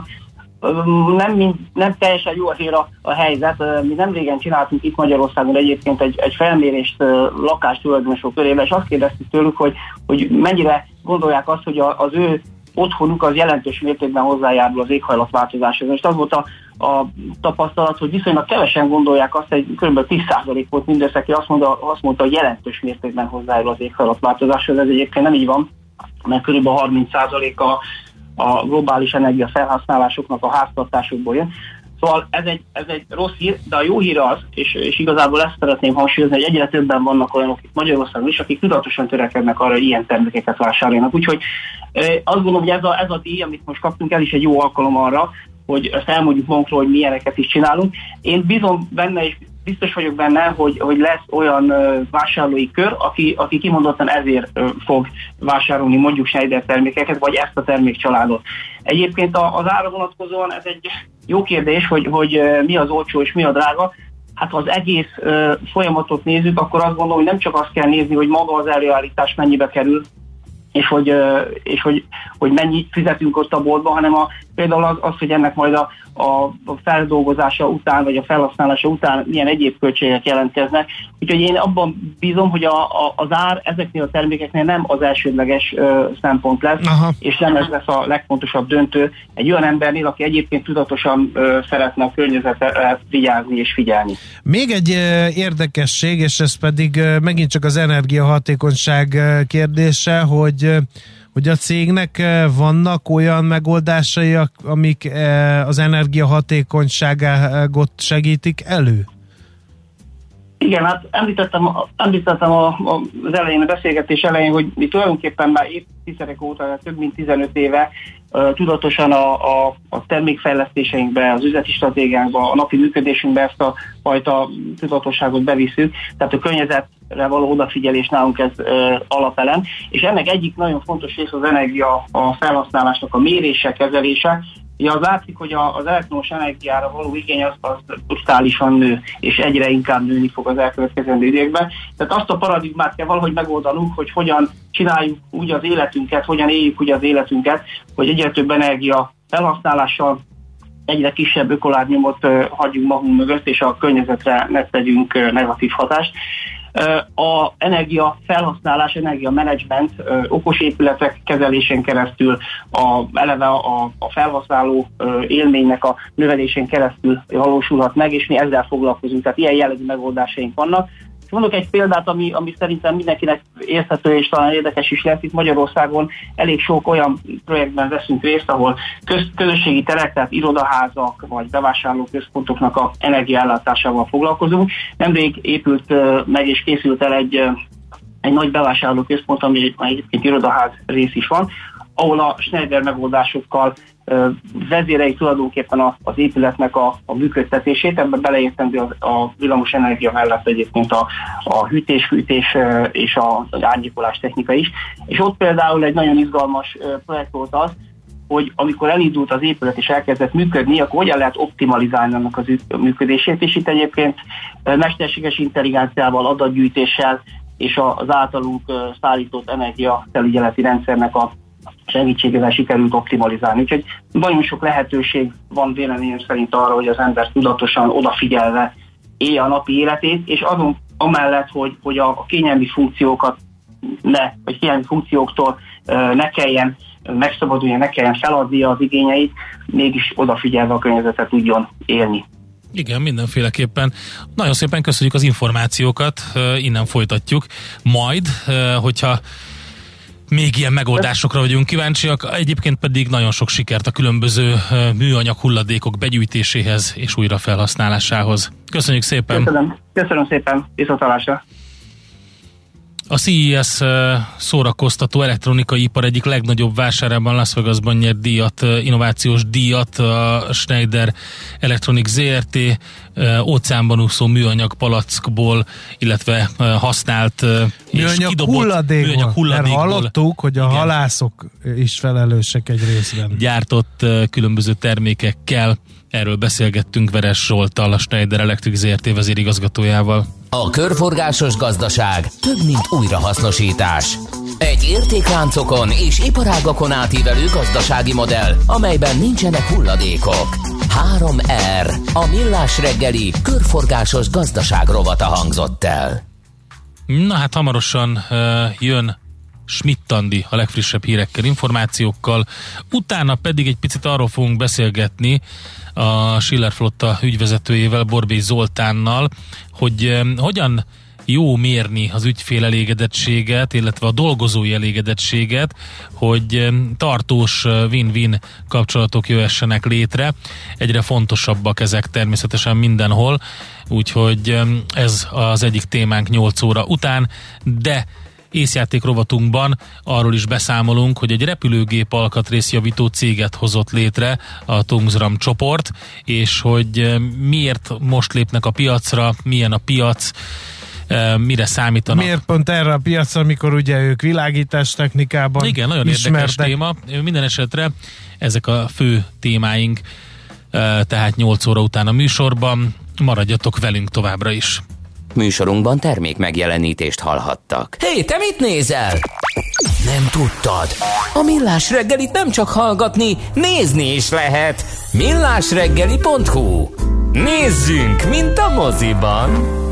Nem, mind, nem teljesen jó azért a, a helyzet. Mi nem régen csináltunk itt Magyarországon egyébként egy, egy felmérést lakástulajdonosok körében, és azt kérdeztük tőlük, hogy, hogy mennyire gondolják azt, hogy a, az ő otthonuk az jelentős mértékben hozzájárul az éghajlatváltozáshoz. És az volt a, a tapasztalat, hogy viszonylag kevesen gondolják azt, hogy kb. tíz százalék volt mindössze, aki azt mondta, azt mondta, hogy jelentős mértékben hozzájárul az éghajlatváltozáshoz. Ez egyébként nem így van, mert kb. harminc százalék a, a globális energia felhasználásoknak a háztartásokból jön. Szóval ez egy, ez egy rossz hír, de a jó hír az, és, és igazából ezt szeretném hangsúlyozni, hogy egyre többen vannak olyanok itt Magyarországon is, akik tudatosan törekednek arra, hogy ilyen termékeket vásároljanak. Úgyhogy azt gondolom, hogy ez a, ez a díj, amit most kaptunk, ez is egy jó alkalom arra, hogy ezt elmondjuk magunkról, hogy milyeneket is csinálunk. Én bízom benne, és biztos vagyok benne, hogy, hogy lesz olyan uh, vásárlói kör, aki, aki kimondottan ezért uh, fog vásárolni mondjuk Schneider termékeket, vagy ezt a termékcsaládot. Egyébként a, az ára vonatkozóan ez egy jó kérdés, hogy, hogy uh, mi az olcsó és mi a drága. Hát ha az egész uh, folyamatot nézzük, akkor azt gondolom, hogy nem csak azt kell nézni, hogy maga az előállítás mennyibe kerül, és hogy, és hogy, hogy mennyit fizetünk ott a boltban, hanem a, például az, az, hogy ennek majd a, a feldolgozása után, vagy a felhasználása után milyen egyéb költségek jelentkeznek. Úgyhogy én abban bízom, hogy a, a, az ár ezeknél a termékeknél nem az elsődleges ö, szempont lesz, Aha. és nem ez lesz a legfontosabb döntő egy olyan embernél, aki egyébként tudatosan ö, szeretne a környezetre vigyázni és figyelni. Még egy ö, érdekesség, és ez pedig ö, megint csak az energiahatékonyság ö, kérdése, hogy ö, hogy a cégnek vannak olyan megoldásai, amik az energiahatékonyságot segítik elő? Igen, hát említettem, említettem a, a, az elején, a beszélgetés elején, hogy mi tulajdonképpen már évtizedek óta, több mint tizenöt éve uh, tudatosan a, a, a termékfejlesztéseinkbe, az üzleti stratégiánkba, a napi működésünkbe ezt a fajta tudatosságot bevisszük, tehát a környezetre való odafigyelés nálunk ez uh, alapelem, és ennek egyik nagyon fontos rész az energia a felhasználásnak a mérése, kezelése. Ja, az látszik, hogy az elektromos energiára való igény az, az brutálisan nő, és egyre inkább nőni fog az elkövetkezendő időkben. Tehát azt a paradigmát kell valahogy megoldanunk, hogy hogyan csináljuk úgy az életünket, hogyan éljük úgy az életünket, hogy egyre több energia felhasználással egyre kisebb ökolárnyomot uh, hagyjunk magunk mögött, és a környezetre ne tegyünk uh, negatív hatást. A energia felhasználás, energia menedzsment okos épületek kezelésén keresztül, a, eleve a, a felhasználó élménynek a növelésén keresztül valósulhat meg, és mi ezzel foglalkozunk, tehát ilyen jellegű megoldásaink vannak. És mondok egy példát, ami, ami szerintem mindenkinek érthető és talán érdekes is lesz. Itt Magyarországon elég sok olyan projektben veszünk részt, ahol köz, közösségi terek, tehát irodaházak vagy bevásárlóközpontoknak a energiaellátásával foglalkozunk. Nemrég épült meg és készült el egy, egy nagy bevásárlóközpont, ami egyébként irodaház rész is van, ahol a Schneider megoldásokkal vezérei tulajdonképpen az épületnek a, a működtetését, ebben beleértendő a, a villamos energia mellett egyébként a, a hűtés, fűtés és a, az árnyékolás technika is. És ott például egy nagyon izgalmas projekt volt az, hogy amikor elindult az épület és elkezdett működni, akkor hogyan lehet optimalizálni annak az működését, és itt egyébként mesterséges intelligenciával, adatgyűjtéssel és az általunk szállított energiafelügyeleti rendszernek a segítségével sikerült optimalizálni. Úgyhogy nagyon sok lehetőség van véleményem szerint arra, hogy az ember tudatosan odafigyelve élje a napi életét, és azon amellett, hogy, hogy a kényelmi funkciókat ne, vagy kényelmi funkcióktól ne kelljen megszabadulni, ne kelljen feladnia az igényeit, mégis odafigyelve a környezetet tudjon élni. Igen, mindenféleképpen. Nagyon szépen köszönjük az információkat, innen folytatjuk. Majd, hogyha még ilyen megoldásokra vagyunk kíváncsiak, egyébként pedig nagyon sok sikert a különböző műanyag hulladékok begyűjtéséhez és újrafelhasználásához. Köszönjük szépen! Köszönöm, Köszönöm szépen, viszontlátásra! A cé é es szórakoztató elektronikai ipar egyik legnagyobb vásárában Las Vegasban nyert díjat, innovációs díjat a Schneider Electronics zé er té óceánban úszó műanyag palackból, illetve használt műanyag és kidobott hulladékból, műanyag hulladékból. Mert hallottuk, hogy a igen, halászok is felelősek egy részben. Gyártott különböző termékekkel. Erről beszélgettünk Veres Zsolttal, a Schneider Electric zé er té vezérigazgatójával. A körforgásos gazdaság több, mint újrahasznosítás. Egy értékláncokon és iparágakon átívelő gazdasági modell, amelyben nincsenek hulladékok. három er, a Millás reggeli körforgásos gazdaság rovata hangzott el. Na hát hamarosan uh, jön Schmidt Andi a legfrissebb hírekkel, információkkal, utána pedig egy picit arról fogunk beszélgetni a Schiller Flotta ügyvezetőjével, Borbély Zoltánnal, hogy um, hogyan jó mérni az ügyfél elégedettséget, illetve a dolgozói elégedettséget, hogy tartós win-win kapcsolatok jöhessenek létre. Egyre fontosabbak ezek természetesen mindenhol, úgyhogy ez az egyik témánk nyolc óra után, de észjáték rovatunkban arról is beszámolunk, hogy egy repülőgép alkatrészjavító céget hozott létre a Tungsram csoport, és hogy miért most lépnek a piacra, milyen a piac, mire számítanak. Miért pont erre a piacra, amikor ugye ők világítás technikában igen, nagyon ismertek. Érdekes téma. Minden esetre ezek a fő témáink, tehát nyolc óra után a műsorban. Maradjatok velünk továbbra is. Műsorunkban termék megjelenítést hallhattak. Hé, te mit nézel? Nem tudtad? A Millás reggelit nem csak hallgatni, nézni is lehet. millásreggeli pont hu. Nézzünk, mint a moziban!